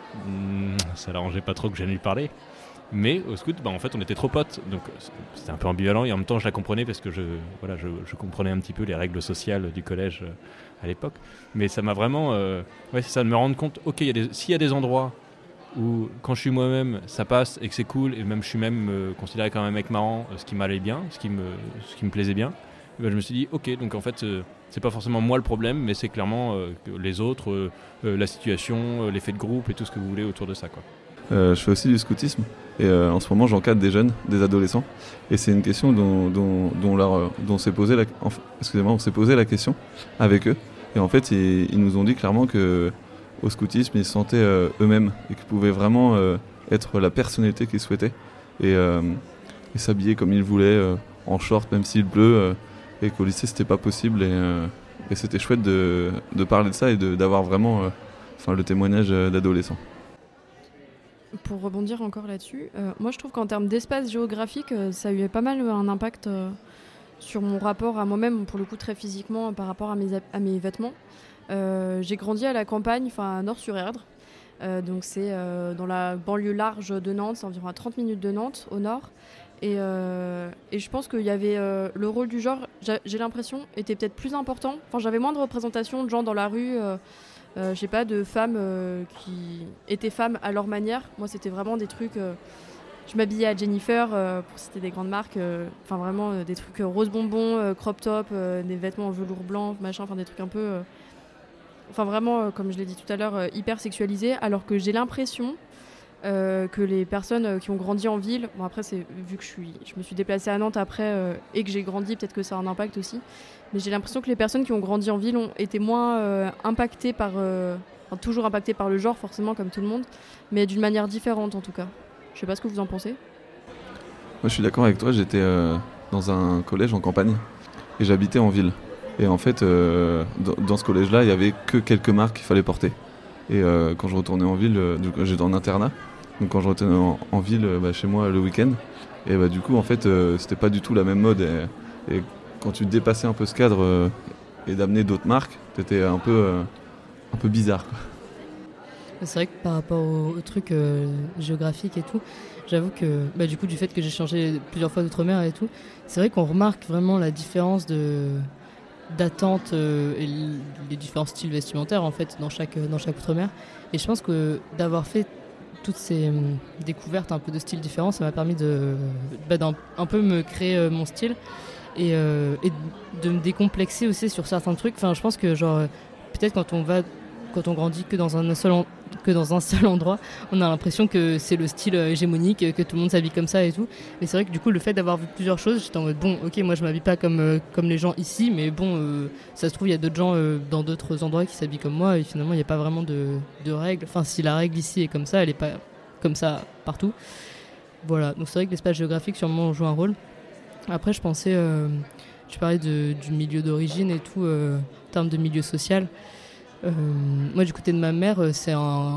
ça l'arrangeait pas trop que j'aille lui parler, mais au scout en fait on était trop potes, donc c'était un peu ambivalent, et en même temps je la comprenais parce que je comprenais un petit peu les règles sociales du collège à l'époque, mais ça m'a vraiment c'est ça, de me rendre compte, ok, s'il y a des endroits où quand je suis moi-même ça passe et que c'est cool, et même je suis même considéré comme un mec marrant, ce qui m'allait bien, ce qui me plaisait bien, je me suis dit ok, donc en fait c'est pas forcément moi le problème, mais c'est clairement les autres, la situation, l'effet de groupe et tout ce que vous voulez autour de ça, quoi. Je fais aussi du scoutisme, et en ce moment j'encadre des jeunes, des adolescents, et c'est une question on s'est posé la question avec eux, et en fait ils nous ont dit clairement que au scoutisme ils se sentaient eux-mêmes, et qu'ils pouvaient vraiment être la personnalité qu'ils souhaitaient, et s'habiller comme ils voulaient, en short même s'il pleut, et qu'au lycée c'était pas possible, et c'était chouette de parler de ça et d'avoir vraiment le témoignage d'adolescents. Pour rebondir encore là-dessus, moi je trouve qu'en termes d'espace géographique, ça a eu pas mal un impact sur mon rapport à moi-même, pour le coup très physiquement, par rapport à mes vêtements. J'ai grandi à la campagne, à Nord-sur-Erdre, donc c'est dans la banlieue large de Nantes, c'est environ à 30 minutes de Nantes, au nord. Et je pense qu'il y avait le rôle du genre, j'ai l'impression, était peut-être plus important. J'avais moins de représentation de gens dans la rue, je sais pas, de femmes qui étaient femmes à leur manière. Moi, c'était vraiment des trucs... je m'habillais à Jennifer, pour citer des grandes marques. Vraiment des trucs rose bonbon, crop top, des vêtements en velours blanc, machin, des trucs un peu... vraiment, comme je l'ai dit tout à l'heure, hyper sexualisés. Alors que j'ai l'impression que les personnes qui ont grandi en ville... Bon, après, c'est vu que je me suis déplacée à Nantes après et que j'ai grandi, peut-être que ça a un impact aussi. Mais j'ai l'impression que les personnes qui ont grandi en ville ont été moins impactées par... toujours impactées par le genre, forcément, comme tout le monde, mais d'une manière différente, en tout cas. Je sais pas ce que vous en pensez. Moi, je suis d'accord avec toi. J'étais dans un collège en campagne et j'habitais en ville. Et en fait, dans ce collège-là, il y avait que quelques marques qu'il fallait porter. Et quand je retournais en ville, j'étais en internat. Donc quand je retournais en ville, chez moi le week-end, et du coup, en fait, c'était pas du tout la même mode. Et quand tu dépassais un peu ce cadre et d'amener d'autres marques, t'étais un peu bizarre, quoi. C'est vrai que par rapport au truc géographique et tout, j'avoue que du coup, du fait que j'ai changé plusieurs fois d'outre-mer et tout, c'est vrai qu'on remarque vraiment la différence d'attente et les différents styles vestimentaires en fait dans chaque outre-mer. Et je pense que d'avoir fait toutes ces découvertes un peu de styles différents, ça m'a permis d'un peu me créer mon style et de me décomplexer aussi sur certains trucs. Je pense que peut-être quand on grandit que dans un seul endroit, on a l'impression que c'est le style hégémonique, que tout le monde s'habille comme ça et tout. Mais c'est vrai que du coup, le fait d'avoir vu plusieurs choses, j'étais en mode bon, ok, moi je m'habille pas comme les gens ici, mais bon, ça se trouve, il y a d'autres gens dans d'autres endroits qui s'habillent comme moi, et finalement, il n'y a pas vraiment de règles. Si la règle ici est comme ça, elle n'est pas comme ça partout. Voilà, donc c'est vrai que l'espace géographique sûrement joue un rôle. Après, je pensais, tu parlais du milieu d'origine et tout, en termes de milieu social. Moi, du côté de ma mère, c'est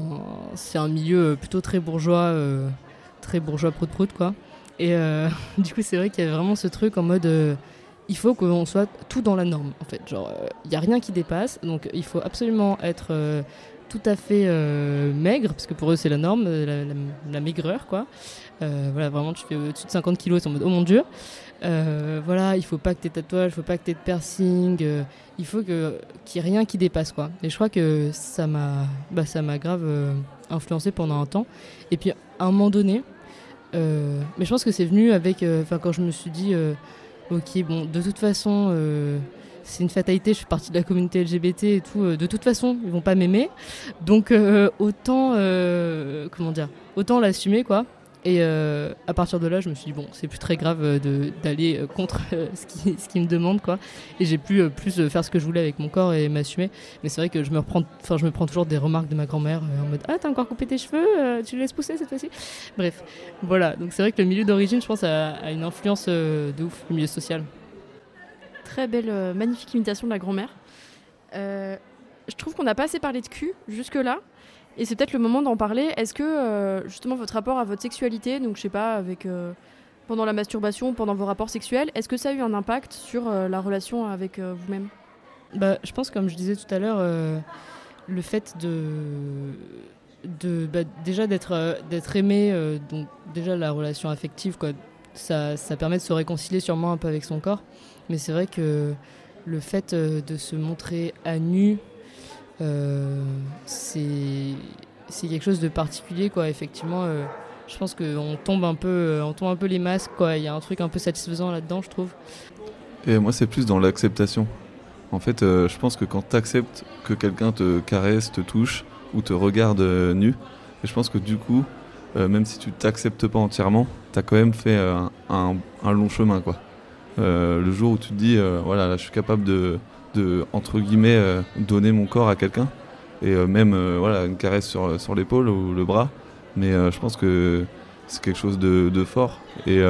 un milieu plutôt très bourgeois prout-prout, quoi. Et du coup, c'est vrai qu'il y a vraiment ce truc en mode il faut qu'on soit tout dans la norme, en fait. Il n'y a rien qui dépasse, donc il faut absolument être tout à fait maigres, parce que pour eux c'est la norme, la maigreur quoi. Voilà, vraiment tu fais au-dessus de 50 kilos, c'est en mode oh mon dieu. Voilà, il faut pas que t'aies de tatouage, il faut pas que t'aies de piercing, il faut qu'il y ait rien qui dépasse quoi. Et je crois que ça m'a grave influencé pendant un temps. Et puis à un moment donné, mais je pense que c'est venu avec, quand je me suis dit ok bon de toute façon c'est une fatalité, je fais partie de la communauté LGBT et tout, de toute façon ils vont pas m'aimer, donc autant l'assumer quoi. Et à partir de là, je me suis dit, bon, c'est plus très grave d'aller contre ce qu'ils me demandent, quoi. Et j'ai pu plus faire ce que je voulais avec mon corps et m'assumer. Mais c'est vrai que je me prends toujours des remarques de ma grand-mère en mode, ah, t'as encore coupé tes cheveux, tu les laisses pousser cette fois-ci. Bref, voilà. Donc c'est vrai que le milieu d'origine, je pense, a une influence de ouf, le milieu social. Très belle, magnifique imitation de la grand-mère. Je trouve qu'on n'a pas assez parlé de cul jusque-là. Et c'est peut-être le moment d'en parler. Est-ce que, justement, votre rapport à votre sexualité, donc je sais pas, pendant la masturbation, pendant vos rapports sexuels, est-ce que ça a eu un impact sur la relation avec vous-même ? Je pense, comme je disais tout à l'heure, le fait déjà d'être aimé, donc déjà la relation affective, quoi, ça permet de se réconcilier sûrement un peu avec son corps. Mais c'est vrai que le fait de se montrer à nu, c'est quelque chose de particulier quoi. Effectivement je pense qu'on tombe un peu les masques quoi. Il y a un truc un peu satisfaisant là-dedans je trouve. Et moi c'est plus dans l'acceptation en fait. Je pense que quand t'acceptes que quelqu'un te caresse, te touche ou te regarde nu, et je pense que du coup même si tu t'acceptes pas entièrement, t'as quand même fait un long chemin quoi. Le jour où tu te dis voilà là, je suis capable de entre guillemets donner mon corps à quelqu'un et même voilà une caresse sur l'épaule ou le bras, mais je pense que c'est quelque chose de fort et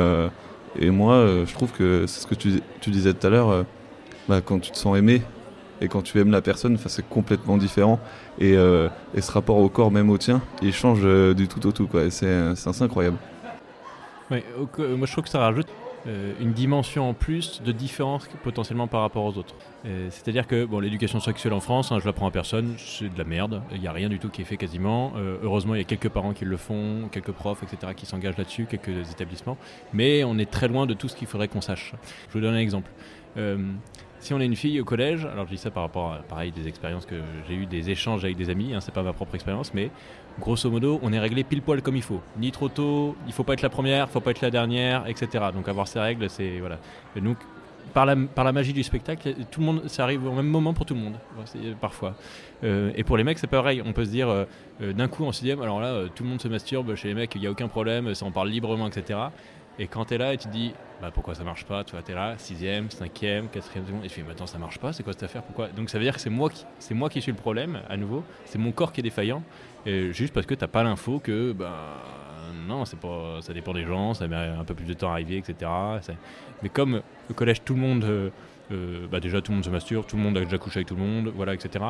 moi je trouve que c'est ce que tu disais tout à l'heure, quand tu te sens aimé et quand tu aimes la personne, c'est complètement différent et ce rapport au corps même au tien il change du tout au tout quoi, et c'est assez incroyable. Ouais, moi je trouve que ça rajoute une dimension en plus de différence potentiellement par rapport aux autres. C'est-à-dire que l'éducation sexuelle en France, je l'apprends à personne, c'est de la merde, il n'y a rien du tout qui est fait quasiment. Heureusement il y a quelques parents qui le font, quelques profs etc. qui s'engagent là-dessus, quelques établissements, mais on est très loin de tout ce qu'il faudrait qu'on sache. Je vous donne un exemple. Si on est une fille au collège, alors je dis ça par rapport à pareil, des expériences que j'ai eues, des échanges avec des amis, c'est pas ma propre expérience, mais grosso modo, on est réglé pile poil comme il faut. Ni trop tôt, il faut pas être la première, faut pas être la dernière, etc. Donc avoir ces règles, c'est voilà. Et donc par la magie du spectacle, tout le monde, ça arrive au même moment pour tout le monde, parfois. Et pour les mecs, c'est pareil. On peut se dire d'un coup en 6e, alors là, tout le monde se masturbe chez les mecs, il y a aucun problème, ça en parle librement, etc. Et quand t'es là et tu te dis pourquoi ça marche pas, tu vois, t'es là 6e, 5e, 4e seconde et tu fais mais attends ça marche pas, c'est quoi cette affaire, pourquoi? Donc ça veut dire que c'est moi qui suis le problème à nouveau, c'est mon corps qui est défaillant, et juste parce que t'as pas l'info que non, c'est pas, ça dépend des gens, ça met un peu plus de temps à arriver, etc. Mais comme au collège tout le monde déjà tout le monde se masturbe, tout le monde a déjà couché avec tout le monde, voilà, etc.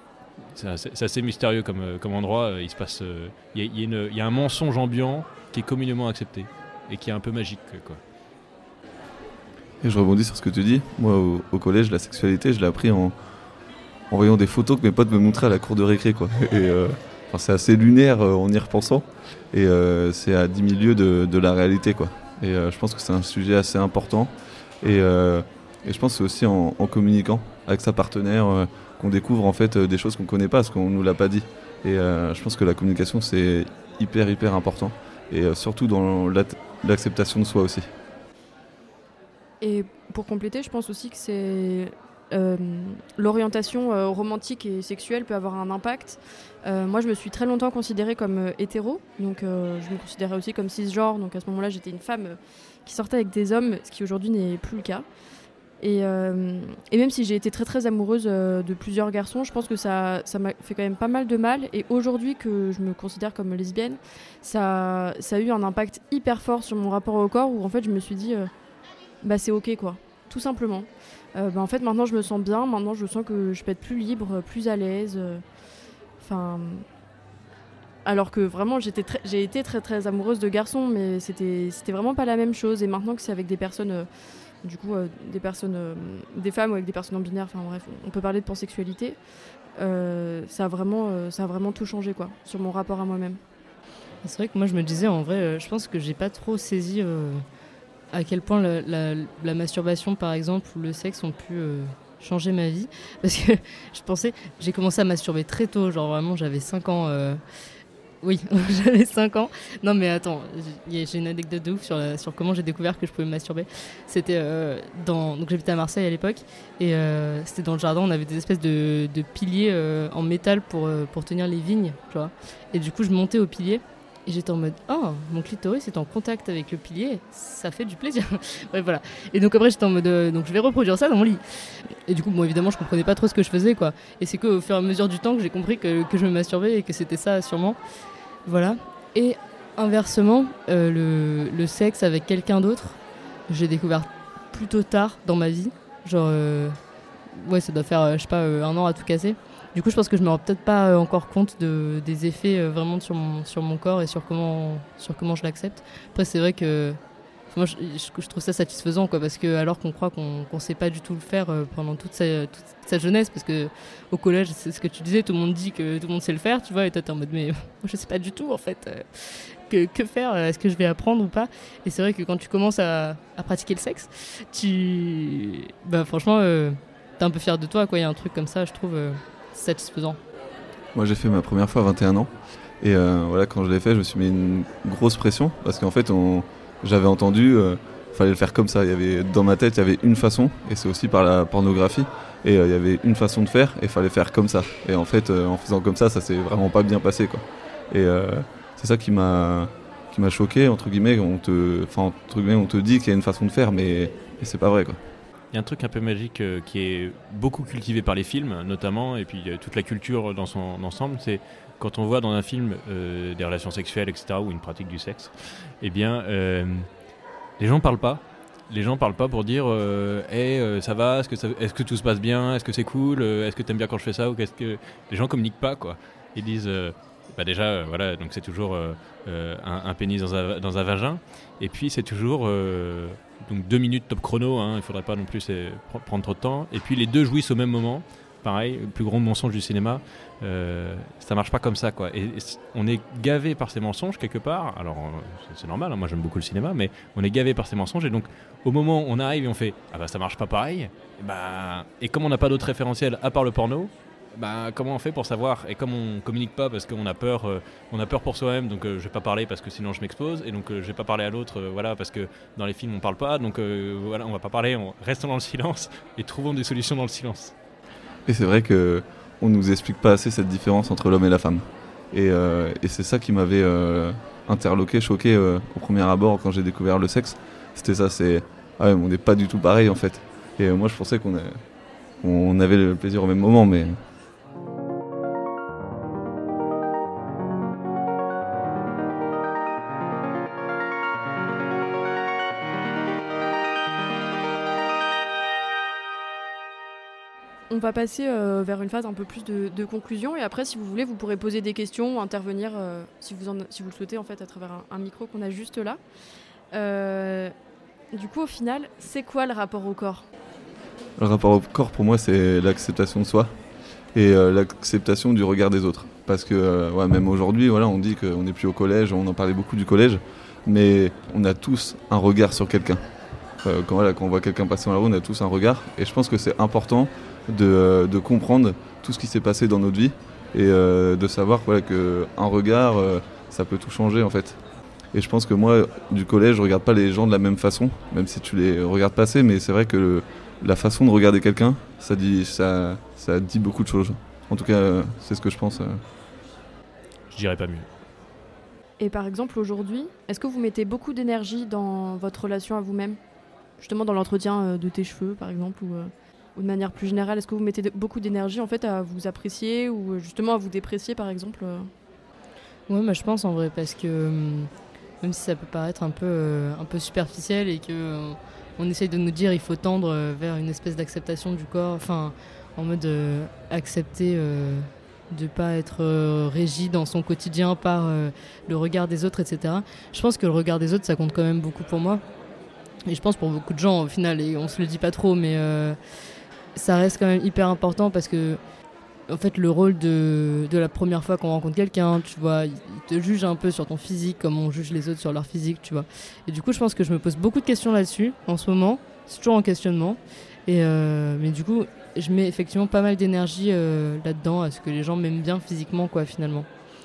C'est assez mystérieux comme endroit. Il se passe, il y a un mensonge ambiant qui est communément accepté et qui est un peu magique quoi. Et je rebondis sur ce que tu dis. Moi au collège, la sexualité je l'ai appris en voyant des photos que mes potes me montraient à la cour de récré quoi. Et c'est assez lunaire en y repensant, et c'est à 10 000 lieues de la réalité quoi. Et je pense que c'est un sujet assez important, et je pense que c'est aussi en communiquant avec sa partenaire qu'on découvre en fait des choses qu'on connaît pas parce qu'on nous l'a pas dit. Et je pense que la communication c'est hyper important, et surtout dans l'acceptation de soi aussi. Et pour compléter, je pense aussi que c'est l'orientation romantique et sexuelle peut avoir un impact. Moi, je me suis très longtemps considérée comme hétéro, donc je me considérais aussi comme cisgenre. Donc à ce moment-là, j'étais une femme qui sortait avec des hommes, ce qui aujourd'hui n'est plus le cas. Et même si j'ai été très très amoureuse de plusieurs garçons, je pense que ça m'a fait quand même pas mal de mal. Et aujourd'hui que je me considère comme lesbienne, ça a eu un impact hyper fort sur mon rapport au corps, où en fait je me suis dit c'est ok quoi, tout simplement. En fait maintenant je me sens bien, maintenant je sens que je peux être plus libre, plus à l'aise. Alors que vraiment j'ai été très très amoureuse de garçons, mais c'était vraiment pas la même chose. Et maintenant que c'est avec des personnes du coup des personnes, des femmes ou avec des personnes non binaires, enfin bref, on peut parler de pansexualité. Ça a vraiment tout changé quoi, sur mon rapport à moi-même. C'est vrai que moi je me disais en vrai, je pense que j'ai pas trop saisi à quel point la masturbation par exemple ou le sexe ont pu changer ma vie, parce que j'ai commencé à masturber très tôt, genre vraiment j'avais 5 ans. Oui, j'avais 5 ans. Non mais attends, j'ai une anecdote de ouf sur comment j'ai découvert que je pouvais me masturber. C'était donc j'habitais à Marseille à l'époque, et c'était dans le jardin, on avait des espèces de piliers en métal pour tenir les vignes, tu vois. Et du coup je montais au pilier, et j'étais en mode « Oh, mon clitoris est en contact avec le pilier, ça fait du plaisir !» Ouais, voilà. Et donc après j'étais en mode donc je vais reproduire ça dans mon lit. Et du coup, bon, évidemment, je comprenais pas trop ce que je faisais, quoi. Et c'est qu'au fur et à mesure du temps que j'ai compris que je me masturbais et que c'était ça, sûrement. Voilà. Et inversement, le sexe avec quelqu'un d'autre, j'ai découvert plutôt tard dans ma vie. Genre, ouais, ça doit faire, je sais pas, 1 an à tout casser. Du coup, je pense que je me rends peut-être pas encore compte des effets vraiment sur mon corps et sur comment je l'accepte. Après, c'est vrai que moi, je trouve ça satisfaisant, quoi, parce que alors qu'on croit qu'on sait pas du tout le faire pendant toute sa jeunesse, parce que au collège, c'est ce que tu disais, tout le monde dit que tout le monde sait le faire, tu vois, et toi t'es en mode mais moi je sais pas du tout en fait, que faire, est-ce que je vais apprendre ou pas. Et c'est vrai que quand tu commences à pratiquer le sexe, franchement, t'es un peu fier de toi, quoi. Il y a un truc comme ça, je trouve satisfaisant. Moi j'ai fait ma première fois à 21 ans, et voilà, quand je l'ai fait, je me suis mis une grosse pression, parce qu'en fait j'avais entendu, fallait le faire comme ça. Dans ma tête, il y avait une façon, et c'est aussi par la pornographie. Et il y avait une façon de faire, et il fallait faire comme ça. Et en fait, en faisant comme ça s'est vraiment pas bien passé, quoi. Et c'est ça qui m'a choqué, entre guillemets. On te dit qu'il y a une façon de faire, mais c'est pas vrai, quoi. Il y a un truc un peu magique qui est beaucoup cultivé par les films, notamment, et puis toute la culture dans son ensemble, c'est quand on voit dans un film des relations sexuelles, etc., ou une pratique du sexe, eh bien, les gens parlent pas. Les gens parlent pas pour dire ça va, est-ce que tout se passe bien, est-ce que c'est cool, est-ce que t'aimes bien quand je fais ça, ou qu'est-ce que... Les gens communiquent pas, quoi. Ils disent déjà voilà, donc c'est toujours un pénis dans un vagin, et puis c'est toujours donc 2 minutes top chrono, hein, il faudrait pas non plus prendre trop de temps, et puis les deux jouissent au même moment. Pareil, le plus grand mensonge du cinéma, ça marche pas comme ça, quoi. Et on est gavé par ces mensonges quelque part. Alors c'est normal, hein, moi j'aime beaucoup le cinéma, mais on est gavé par ces mensonges, et donc au moment où on arrive et on fait ça marche pas pareil, et comme on n'a pas d'autres référentiels à part le porno, comment on fait pour savoir? Et comme on communique pas parce qu'on a peur pour soi-même, donc je vais pas parler parce que sinon je m'expose, et donc je vais pas parler à l'autre, voilà, parce que dans les films on parle pas, donc voilà, on va pas parler, restons dans le silence et trouvons des solutions dans le silence. Et c'est vrai qu'on nous explique pas assez cette différence entre l'homme et la femme. Et c'est ça qui m'avait interloqué, choqué au premier abord quand j'ai découvert le sexe. C'était ça, on n'est pas du tout pareil en fait. Et moi je pensais qu'on avait le plaisir au même moment, mais... On va passer vers une phase un peu plus de conclusion, et après, si vous voulez, vous pourrez poser des questions ou intervenir si vous le souhaitez, en fait, à travers un micro qu'on a juste là. Du coup, au final, c'est quoi le rapport au corps ? Le rapport au corps, pour moi, c'est l'acceptation de soi et l'acceptation du regard des autres. Parce que même aujourd'hui, voilà, on dit qu'on n'est plus au collège, on en parlait beaucoup du collège, mais on a tous un regard sur quelqu'un. Quand on voit quelqu'un passer dans la rue, on a tous un regard, et je pense que c'est important de comprendre tout ce qui s'est passé dans notre vie, et de savoir qu'un regard, ça peut tout changer en fait. Et je pense que moi, du collège, je regarde pas les gens de la même façon, même si tu les regardes passer, mais c'est vrai que la façon de regarder quelqu'un, ça dit beaucoup de choses. En tout cas, c'est ce que je pense. Je dirais pas mieux. Et par exemple, aujourd'hui, est-ce que vous mettez beaucoup d'énergie dans votre relation à vous-même ? Justement dans l'entretien de tes cheveux, par exemple, ou de manière plus générale, est-ce que vous mettez beaucoup d'énergie en fait à vous apprécier, ou justement à vous déprécier, par exemple ? Ouais, moi je pense en vrai, parce que même si ça peut paraître un peu superficiel, et que on essaye de nous dire il faut tendre vers une espèce d'acceptation du corps, enfin en mode accepter de pas être régi dans son quotidien par le regard des autres, etc. Je pense que le regard des autres, ça compte quand même beaucoup pour moi. Et je pense pour beaucoup de gens au final, et on se le dit pas trop, mais ça reste quand même hyper important parce que en fait le rôle de la première fois qu'on rencontre quelqu'un, tu vois, il te juge un peu sur ton physique comme on juge les autres sur leur physique, tu vois. Et du coup je pense que je me pose beaucoup de questions là-dessus en ce moment, c'est toujours en questionnement. Mais du coup je mets effectivement pas mal d'énergie là-dedans, à ce que les gens m'aiment bien physiquement quoi finalement.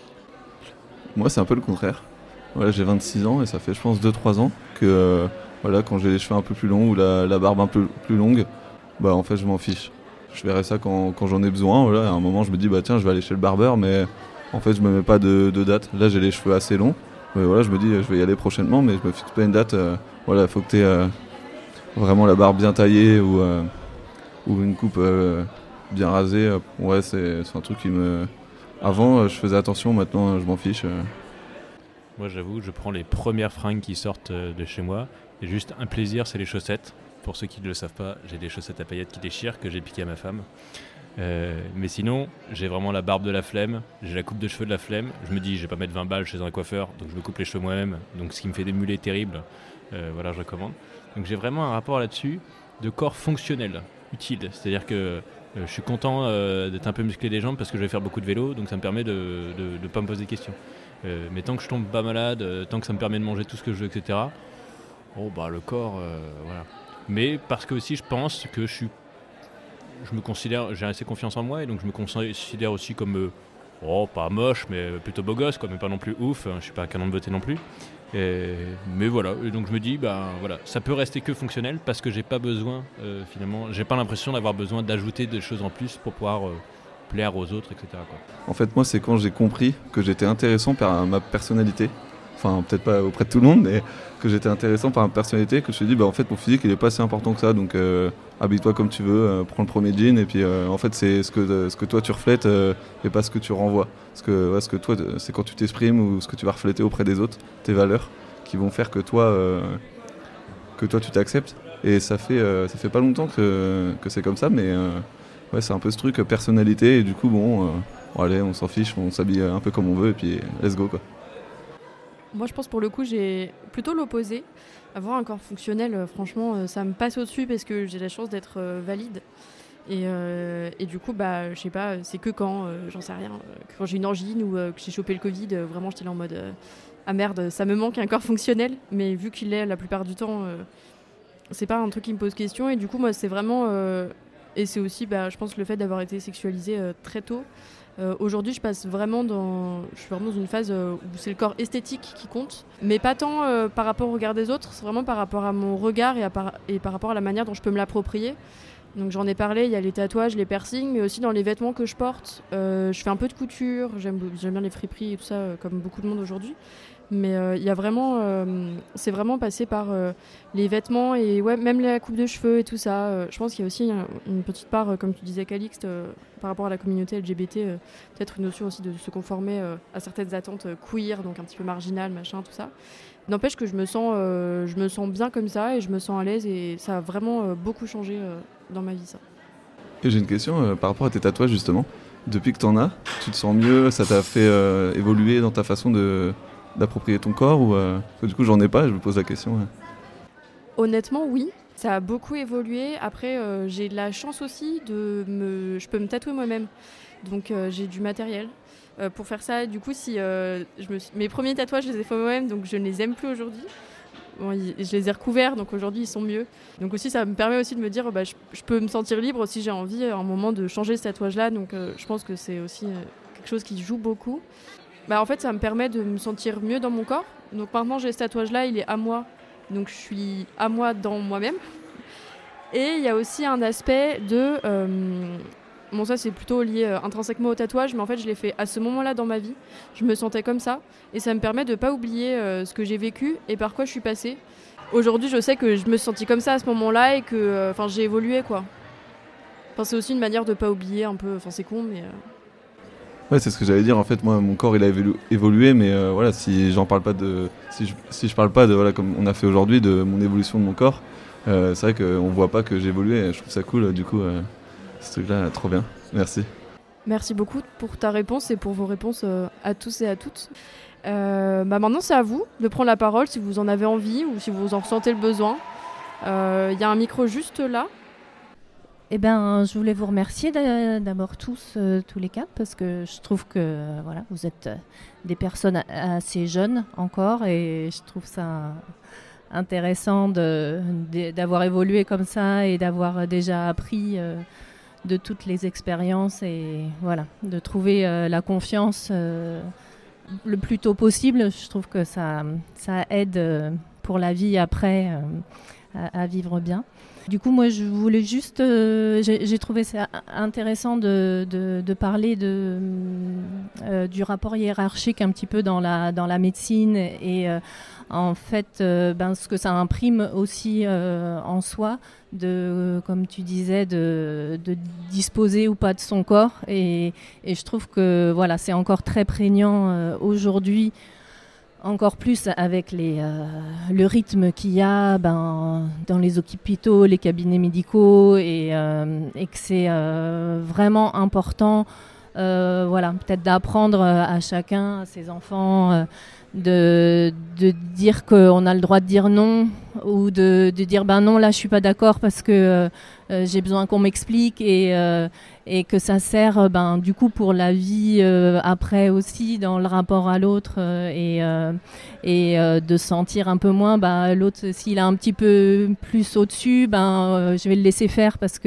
Moi c'est un peu le contraire. Voilà, j'ai 26 ans et ça fait je pense 2-3 ans que voilà, quand j'ai les cheveux un peu plus longs ou la barbe un peu plus longue, bah en fait je m'en fiche. Je verrai ça quand j'en ai besoin. Voilà, à un moment je me dis bah tiens je vais aller chez le barbeur, mais en fait je me mets pas de date. Là j'ai les cheveux assez longs, mais voilà, je me dis je vais y aller prochainement, mais je me fixe pas une date. Voilà, faut que tu aies vraiment la barbe bien taillée ou une coupe bien rasée. Ouais, c'est un truc qui me... Avant je faisais attention, maintenant je m'en fiche. Moi j'avoue, je prends les premières fringues qui sortent de chez moi. Et juste un plaisir, c'est les chaussettes. Pour ceux qui ne le savent pas, j'ai des chaussettes à paillettes qui déchirent, que j'ai piquées à ma femme. Mais sinon, j'ai vraiment la barbe de la flemme, j'ai la coupe de cheveux de la flemme. Je me dis, je vais pas mettre 20 balles chez un coiffeur, donc je me coupe les cheveux moi-même. Donc ce qui me fait des mulets terribles, voilà, je recommande. Donc j'ai vraiment un rapport là-dessus de corps fonctionnel, utile. C'est-à-dire que je suis content d'être un peu musclé des jambes parce que je vais faire beaucoup de vélo, donc ça me permet de ne pas me poser de questions. Mais tant que je tombe pas malade, tant que ça me permet de manger tout ce que je veux, etc., oh bah le corps, voilà. Mais parce que aussi je pense que je me considère, j'ai assez confiance en moi et donc je me considère aussi comme, pas moche mais plutôt beau gosse quoi, mais pas non plus ouf, je suis pas un canon de beauté non plus. Mais voilà, et donc je me dis, voilà, ça peut rester que fonctionnel parce que j'ai pas besoin, finalement, j'ai pas l'impression d'avoir besoin d'ajouter des choses en plus pour pouvoir plaire aux autres, etc. quoi. En fait moi c'est quand j'ai compris que j'étais intéressant par ma personnalité. Enfin peut-être pas auprès de tout le monde, mais que j'étais intéressant par ma personnalité, que je me suis dit en fait mon physique il est pas si important que ça, donc habille-toi comme tu veux, prends le premier jean et puis en fait c'est ce que toi tu reflètes et pas ce que tu renvoies. Ce que toi c'est quand tu t'exprimes ou ce que tu vas refléter auprès des autres, tes valeurs qui vont faire que toi tu t'acceptes. Et ça fait pas longtemps que c'est comme ça, mais ouais, c'est un peu ce truc personnalité et du coup bon allez, on s'en fiche, on s'habille un peu comme on veut et puis let's go quoi. Moi, je pense pour le coup, j'ai plutôt l'opposé. Avoir un corps fonctionnel, franchement, ça me passe au-dessus parce que j'ai la chance d'être valide. Et du coup, je sais pas, c'est que quand, j'en sais rien, quand j'ai une angine ou que j'ai chopé le Covid, vraiment, j'étais là en mode ah merde, ça me manque un corps fonctionnel. Mais vu qu'il l'est la plupart du temps, c'est pas un truc qui me pose question. Et du coup, moi, c'est vraiment. Et c'est aussi, je pense, le fait d'avoir été sexualisée très tôt. Aujourd'hui, je suis vraiment dans une phase où c'est le corps esthétique qui compte, mais pas tant par rapport au regard des autres, c'est vraiment par rapport à mon regard et par rapport à la manière dont je peux me l'approprier. Donc j'en ai parlé, il y a les tatouages, les piercings, mais aussi dans les vêtements que je porte. Je fais un peu de couture, j'aime bien les friperies et tout ça, comme beaucoup de monde aujourd'hui. Mais il y a vraiment, c'est vraiment passé par les vêtements et ouais, même la coupe de cheveux et tout ça. Je pense qu'il y a aussi une petite part, comme tu disais Calixte, par rapport à la communauté LGBT, peut-être une notion aussi de se conformer à certaines attentes queer, donc un petit peu marginales, machin, tout ça. N'empêche que je me sens bien comme ça et je me sens à l'aise et ça a vraiment beaucoup changé dans ma vie ça. Et j'ai une question par rapport à tes tatouages justement. Depuis que t'en as, tu te sens mieux, ça t'a fait évoluer dans ta façon d'approprier ton corps ou parce que du coup j'en ai pas, je me pose la question. Ouais. Honnêtement oui, ça a beaucoup évolué. Après j'ai de la chance aussi je peux me tatouer moi-même, donc j'ai du matériel pour faire ça. Du coup mes premiers tatouages je les ai fait moi-même, donc je ne les aime plus aujourd'hui. Bon, je les ai recouverts, donc aujourd'hui ils sont mieux. Donc aussi ça me permet aussi de me dire je peux me sentir libre si j'ai envie à un moment de changer ce tatouage-là. Donc je pense que c'est aussi quelque chose qui joue beaucoup. En fait, ça me permet de me sentir mieux dans mon corps. Donc maintenant, j'ai ce tatouage-là, il est à moi. Donc je suis à moi dans moi-même. Et il y a aussi un aspect de... bon, ça, c'est plutôt lié intrinsèquement au tatouage, mais en fait, je l'ai fait à ce moment-là dans ma vie. Je me sentais comme ça. Et ça me permet de ne pas oublier ce que j'ai vécu et par quoi je suis passée. Aujourd'hui, je sais que je me suis sentie comme ça à ce moment-là et que j'ai évolué, quoi. C'est aussi une manière de ne pas oublier un peu. C'est con, mais... Ouais, c'est ce que j'allais dire. En fait, moi, mon corps, il a évolué, mais voilà, si je parle pas de voilà, comme on a fait aujourd'hui, de mon évolution de mon corps, c'est vrai qu'on voit pas que j'ai évolué. Et je trouve ça cool. Du coup, ce truc-là, trop bien. Merci. Merci beaucoup pour ta réponse et pour vos réponses à tous et à toutes. Maintenant, c'est à vous de prendre la parole si vous en avez envie ou si vous en ressentez le besoin. Il y a un micro juste là. Eh ben, je voulais vous remercier d'abord tous les quatre, parce que je trouve que voilà, vous êtes des personnes assez jeunes encore, et je trouve ça intéressant d'avoir évolué comme ça et d'avoir déjà appris de toutes les expériences, et voilà, de trouver la confiance le plus tôt possible. Je trouve que ça aide pour la vie après à vivre bien. Du coup, moi, je voulais juste... j'ai trouvé ça intéressant de parler du rapport hiérarchique un petit peu dans la médecine, et en fait, ce que ça imprime aussi en soi, comme tu disais, de disposer ou pas de son corps. Et je trouve que voilà, c'est encore très prégnant aujourd'hui, encore plus avec le rythme qu'il y a dans les hôpitaux, les cabinets médicaux, et que c'est vraiment important, peut-être d'apprendre à chacun, à ses enfants, de dire qu'on a le droit de dire non, ou de dire non, là je suis pas d'accord parce que j'ai besoin qu'on m'explique, et que ça sert du coup pour la vie après aussi, dans le rapport à l'autre, et de sentir un peu moins l'autre, s'il a un petit peu plus au-dessus, je vais le laisser faire parce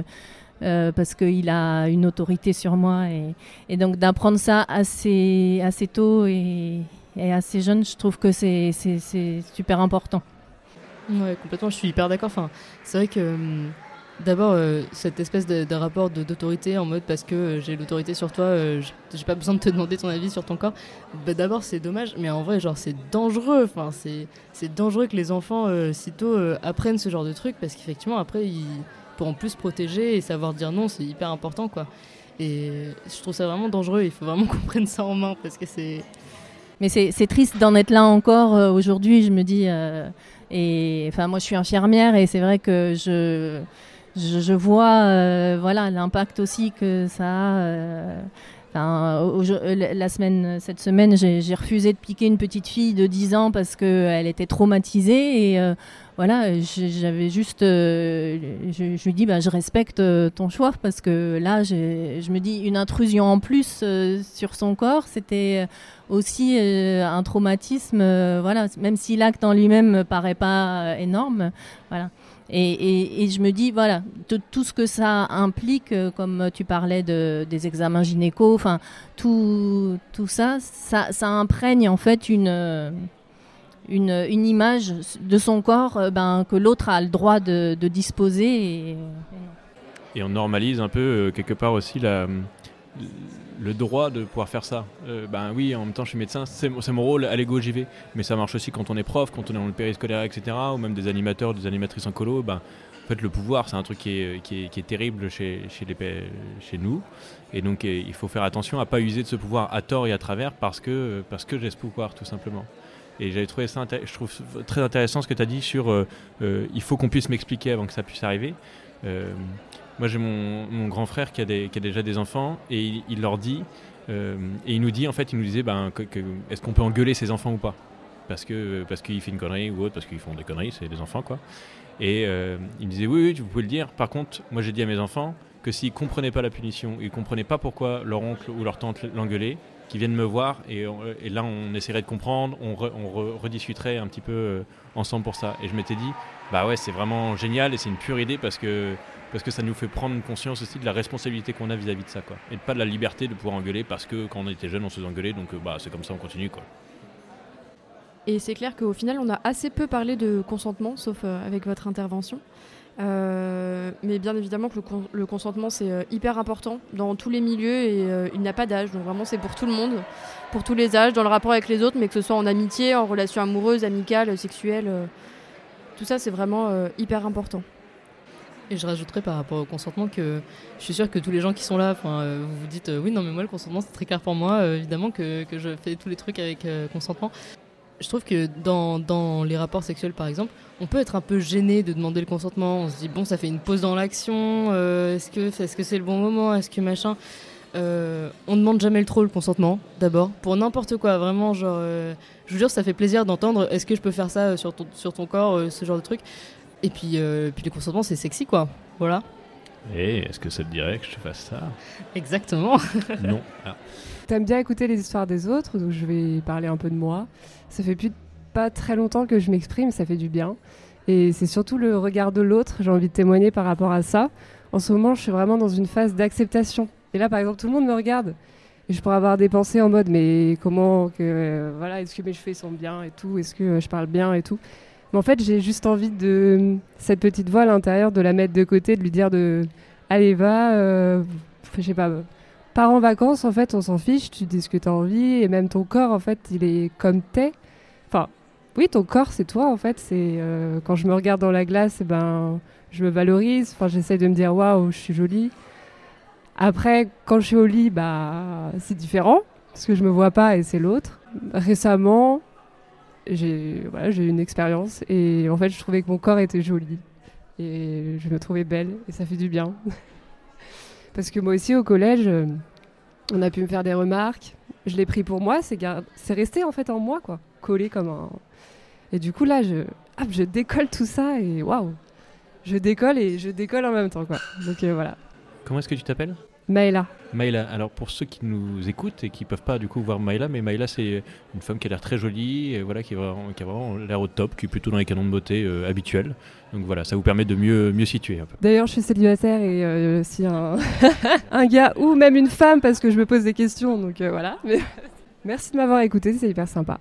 qu'il a une autorité sur moi, et donc d'apprendre ça assez tôt et assez jeune, je trouve que c'est super important. Ouais, complètement, je suis hyper d'accord. Enfin, c'est vrai que d'abord, cette espèce de rapport d'autorité en mode parce que j'ai l'autorité sur toi, j'ai pas besoin de te demander ton avis sur ton corps. D'abord, c'est dommage, mais en vrai, genre, c'est dangereux. Enfin, c'est dangereux que les enfants, sitôt, apprennent ce genre de truc, parce qu'effectivement, après, ils pourront plus se protéger et savoir dire non, c'est hyper important, quoi. Et je trouve ça vraiment dangereux. Il faut vraiment qu'on prenne ça en main, parce que c'est... Mais c'est triste d'en être là encore aujourd'hui, je me dis. Et enfin, moi, je suis infirmière, et c'est vrai que je vois l'impact aussi que ça a. Cette semaine, j'ai refusé de piquer une petite fille de 10 ans parce qu'elle était traumatisée, et j'avais juste... je lui dis, je respecte ton choix, parce que là, je me dis, une intrusion en plus sur son corps, c'était aussi un traumatisme, même si l'acte en lui-même ne paraît pas énorme, voilà. Et je me dis, voilà, tout ce que ça implique, comme tu parlais des examens gynéco, enfin, tout ça imprègne en fait une image de son corps que l'autre a le droit de disposer. Et on normalise un peu, quelque part aussi, le droit de pouvoir faire ça. Oui, en même temps, je suis médecin, c'est mon rôle, allez go, j'y vais. Mais ça marche aussi quand on est prof, quand on est dans le périscolaire, etc., ou même des animateurs, des animatrices en colo. En fait, le pouvoir, c'est un truc qui est terrible chez nous. Et donc, il faut faire attention à ne pas user de ce pouvoir à tort et à travers, parce que j'ai ce pouvoir, tout simplement. Et j'avais trouvé ça, je trouve très intéressant ce que tu as dit sur il faut qu'on puisse m'expliquer avant que ça puisse arriver. Moi, j'ai mon grand frère qui a déjà des enfants, et il leur dit, et il nous dit, en fait, il nous disait, est-ce qu'on peut engueuler ses enfants ou pas, parce qu'il fait une connerie ou autre, parce qu'ils font des conneries, c'est des enfants, quoi. Et il me disait, oui, vous pouvez le dire. Par contre, moi, j'ai dit à mes enfants que s'ils comprenaient pas la punition, ils comprenaient pas pourquoi leur oncle ou leur tante l'engueulait, qu'ils viennent me voir, et là, on essaierait de comprendre, on rediscuterait un petit peu ensemble pour ça. Et je m'étais dit, ouais, c'est vraiment génial, et c'est une pure idée, parce que ça nous fait prendre conscience aussi de la responsabilité qu'on a vis-à-vis de ça, quoi. Et pas de la liberté de pouvoir engueuler parce que quand on était jeune, on se faisait engueuler, donc c'est comme ça, on continue, quoi. Et c'est clair qu'au final, on a assez peu parlé de consentement, sauf avec votre intervention. Mais bien évidemment que le consentement, c'est hyper important dans tous les milieux, et il n'a pas d'âge. Donc vraiment, c'est pour tout le monde, pour tous les âges, dans le rapport avec les autres, mais que ce soit en amitié, en relation amoureuse, amicale, sexuelle. Tout ça, c'est vraiment hyper important. Et je rajouterais par rapport au consentement que je suis sûre que tous les gens qui sont là, vous vous dites oui, non mais moi le consentement c'est très clair pour moi, évidemment que je fais tous les trucs avec consentement. Je trouve que dans les rapports sexuels par exemple, on peut être un peu gêné de demander le consentement. On se dit ça fait une pause dans l'action, est-ce que c'est le bon moment, est-ce que machin. On demande jamais le consentement d'abord pour n'importe quoi, vraiment, genre je vous jure ça fait plaisir d'entendre est-ce que je peux faire ça sur ton corps, ce genre de truc. Et puis le consentement, c'est sexy, quoi. Voilà. Et est-ce que ça te dirait que je te fasse ça ? Exactement. Non. Ah. T'aimes bien écouter les histoires des autres, donc je vais parler un peu de moi. Ça fait pas très longtemps que je m'exprime, ça fait du bien. Et c'est surtout le regard de l'autre, j'ai envie de témoigner par rapport à ça. En ce moment, je suis vraiment dans une phase d'acceptation. Et là, par exemple, tout le monde me regarde. Et je pourrais avoir des pensées en mode, mais comment voilà, est-ce que mes cheveux sont bien et tout, est-ce que je parle bien et tout. Mais en fait, j'ai juste envie de cette petite voix à l'intérieur, de la mettre de côté, de lui dire allez, va, je sais pas, pars en vacances, en fait, on s'en fiche, tu dis ce que t'as envie, et même ton corps, en fait, il est comme t'es. Enfin, oui, ton corps, c'est toi, en fait. C'est quand je me regarde dans la glace, je me valorise, enfin, j'essaie de me dire, waouh, je suis jolie. Après, quand je suis au lit, c'est différent, parce que je me vois pas et c'est l'autre. Récemment, j'ai eu une expérience et en fait, je trouvais que mon corps était joli et je me trouvais belle et ça fait du bien. Parce que moi aussi, au collège, on a pu me faire des remarques. Je l'ai pris pour moi, c'est resté en fait en moi, quoi, collé comme un... Et du coup, là, je décolle tout ça et waouh, je décolle et je décolle en même temps, quoi. Donc voilà. Comment est-ce que tu t'appelles ? Maëla. Maëla, alors pour ceux qui nous écoutent et qui peuvent pas du coup voir Maëla, mais Maëla c'est une femme qui a l'air très jolie, et voilà, qui a vraiment l'air au top, qui est plutôt dans les canons de beauté habituels. Donc voilà, ça vous permet de mieux situer un peu. D'ailleurs, je suis célibataire et si un gars ou même une femme, parce que je me pose des questions, donc voilà. Mais merci de m'avoir écouté, c'est hyper sympa.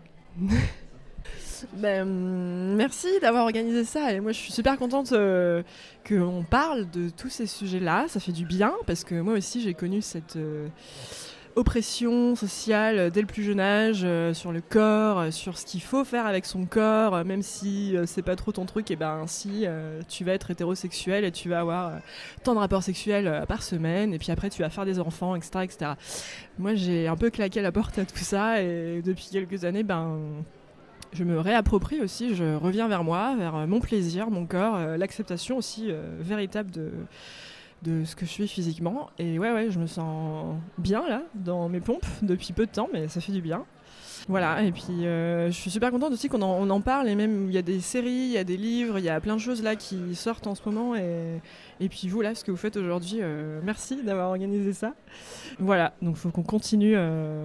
Merci d'avoir organisé ça et moi je suis super contente qu'on parle de tous ces sujets-là, ça fait du bien parce que moi aussi j'ai connu cette oppression sociale dès le plus jeune âge sur le corps, sur ce qu'il faut faire avec son corps, même si c'est pas trop ton truc, et si tu vas être hétérosexuel et tu vas avoir tant de rapports sexuels par semaine et puis après tu vas faire des enfants, etc. etc. Moi j'ai un peu claqué la porte à tout ça et depuis quelques années je me réapproprie aussi, je reviens vers moi, vers mon plaisir, mon corps, l'acceptation aussi véritable de ce que je suis physiquement. Et ouais, je me sens bien là, dans mes pompes, depuis peu de temps, mais ça fait du bien. Voilà, et puis je suis super contente aussi qu'on en parle, et même il y a des séries, il y a des livres, il y a plein de choses là qui sortent en ce moment, et puis vous là, ce que vous faites aujourd'hui, merci d'avoir organisé ça. Voilà, donc il faut qu'on continue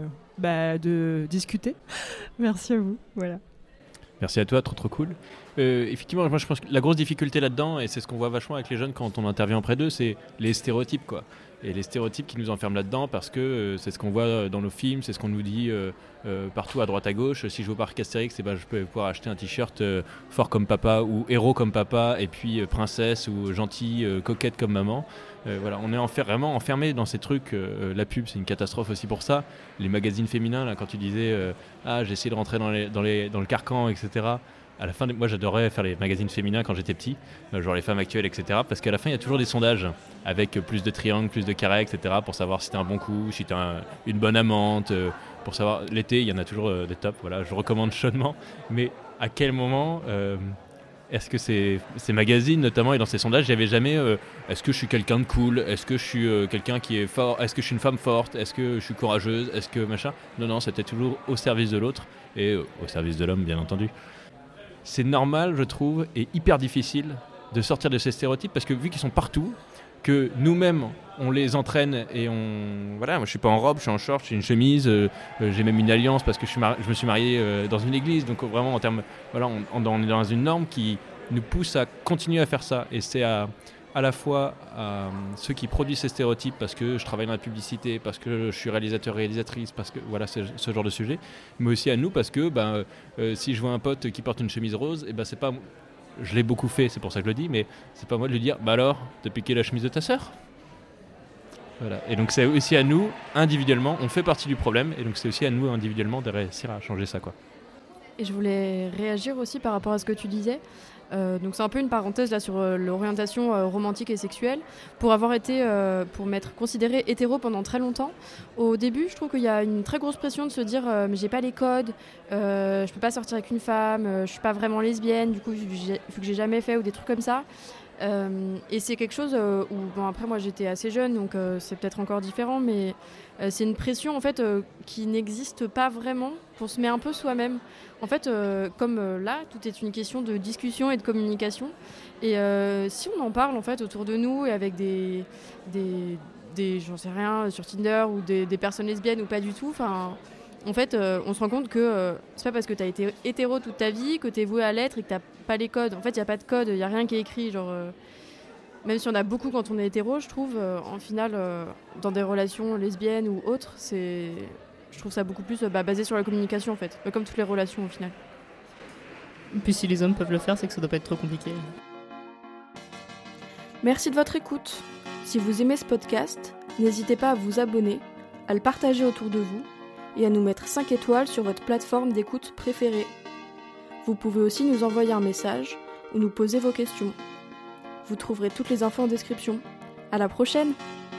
de discuter. Merci à vous, voilà. Merci à toi, trop cool. Effectivement, moi je pense que la grosse difficulté là-dedans, et c'est ce qu'on voit vachement avec les jeunes quand on intervient auprès d'eux, c'est les stéréotypes, quoi. Et les stéréotypes qui nous enferment là-dedans, parce que c'est ce qu'on voit dans nos films, c'est ce qu'on nous dit partout à droite à gauche. Si je vais au parc Astérix, je peux pouvoir acheter un t-shirt fort comme papa, ou héros comme papa, et puis princesse, ou gentille, coquette comme maman. Voilà, on est vraiment enfermé dans ces trucs. La pub, c'est une catastrophe aussi pour ça. Les magazines féminins, là, quand tu disais j'ai essayé de rentrer dans le carcan, etc. À la fin, moi j'adorais faire les magazines féminins quand j'étais petit, genre les femmes actuelles, etc. Parce qu'à la fin, il y a toujours des sondages avec plus de triangles, plus de carrés, etc. pour savoir si t'es un bon coup, si t'es une bonne amante. Pour savoir, l'été, il y en a toujours des tops. Voilà, je recommande chaudement. Mais à quel moment est-ce que ces magazines, notamment, et dans ces sondages, il n'y avait jamais est-ce que je suis quelqu'un de cool, est-ce que je suis quelqu'un qui est fort, est-ce que je suis une femme forte, est-ce que je suis courageuse, est-ce que machin. Non, c'était toujours au service de l'autre et au service de l'homme, bien entendu. C'est normal, je trouve, et hyper difficile de sortir de ces stéréotypes parce que vu qu'ils sont partout, que nous-mêmes on les entraîne et voilà, moi je suis pas en robe, je suis en short, j'ai une chemise, j'ai même une alliance parce que je me suis marié dans une église, donc vraiment en termes, voilà, on est dans une norme qui nous pousse à continuer à faire ça, et c'est à la fois à ceux qui produisent ces stéréotypes parce que je travaille dans la publicité, parce que je suis réalisatrice, parce que voilà, c'est ce genre de sujet, mais aussi à nous parce que si je vois un pote qui porte une chemise rose, et c'est pas, je l'ai beaucoup fait, c'est pour ça que je le dis, mais c'est pas moi de lui dire alors, t'as piqué la chemise de ta sœur ? Voilà. Et donc c'est aussi à nous individuellement, on fait partie du problème, et donc c'est aussi à nous individuellement de réussir à changer ça, quoi. Et je voulais réagir aussi par rapport à ce que tu disais. Donc c'est un peu une parenthèse là sur l'orientation romantique et sexuelle. Pour m'être considérée hétéro pendant très longtemps, au début je trouve qu'il y a une très grosse pression de se dire mais j'ai pas les codes, je peux pas sortir avec une femme, je suis pas vraiment lesbienne, du coup vu que j'ai jamais fait, ou des trucs comme ça. Et c'est quelque chose où, bon, après moi j'étais assez jeune, donc c'est peut-être encore différent, mais c'est une pression en fait qui n'existe pas vraiment, qu'on se met un peu soi-même. En fait, comme là, tout est une question de discussion et de communication. Et si on en parle en fait autour de nous et avec des j'en sais rien, sur Tinder ou des personnes lesbiennes ou pas du tout, enfin. En fait, on se rend compte que c'est pas parce que t'as été hétéro toute ta vie que t'es voué à l'être et que t'as pas les codes. En fait, il n'y a pas de code, il n'y a rien qui est écrit. Genre, même si on a beaucoup quand on est hétéro, je trouve, en final, dans des relations lesbiennes ou autres, je trouve ça beaucoup plus basé sur la communication, en fait. Comme toutes les relations, au final. Et puis si les hommes peuvent le faire, c'est que ça doit pas être trop compliqué. Merci de votre écoute. Si vous aimez ce podcast, n'hésitez pas à vous abonner, à le partager autour de vous, et à nous mettre 5 étoiles sur votre plateforme d'écoute préférée. Vous pouvez aussi nous envoyer un message ou nous poser vos questions. Vous trouverez toutes les infos en description. À la prochaine!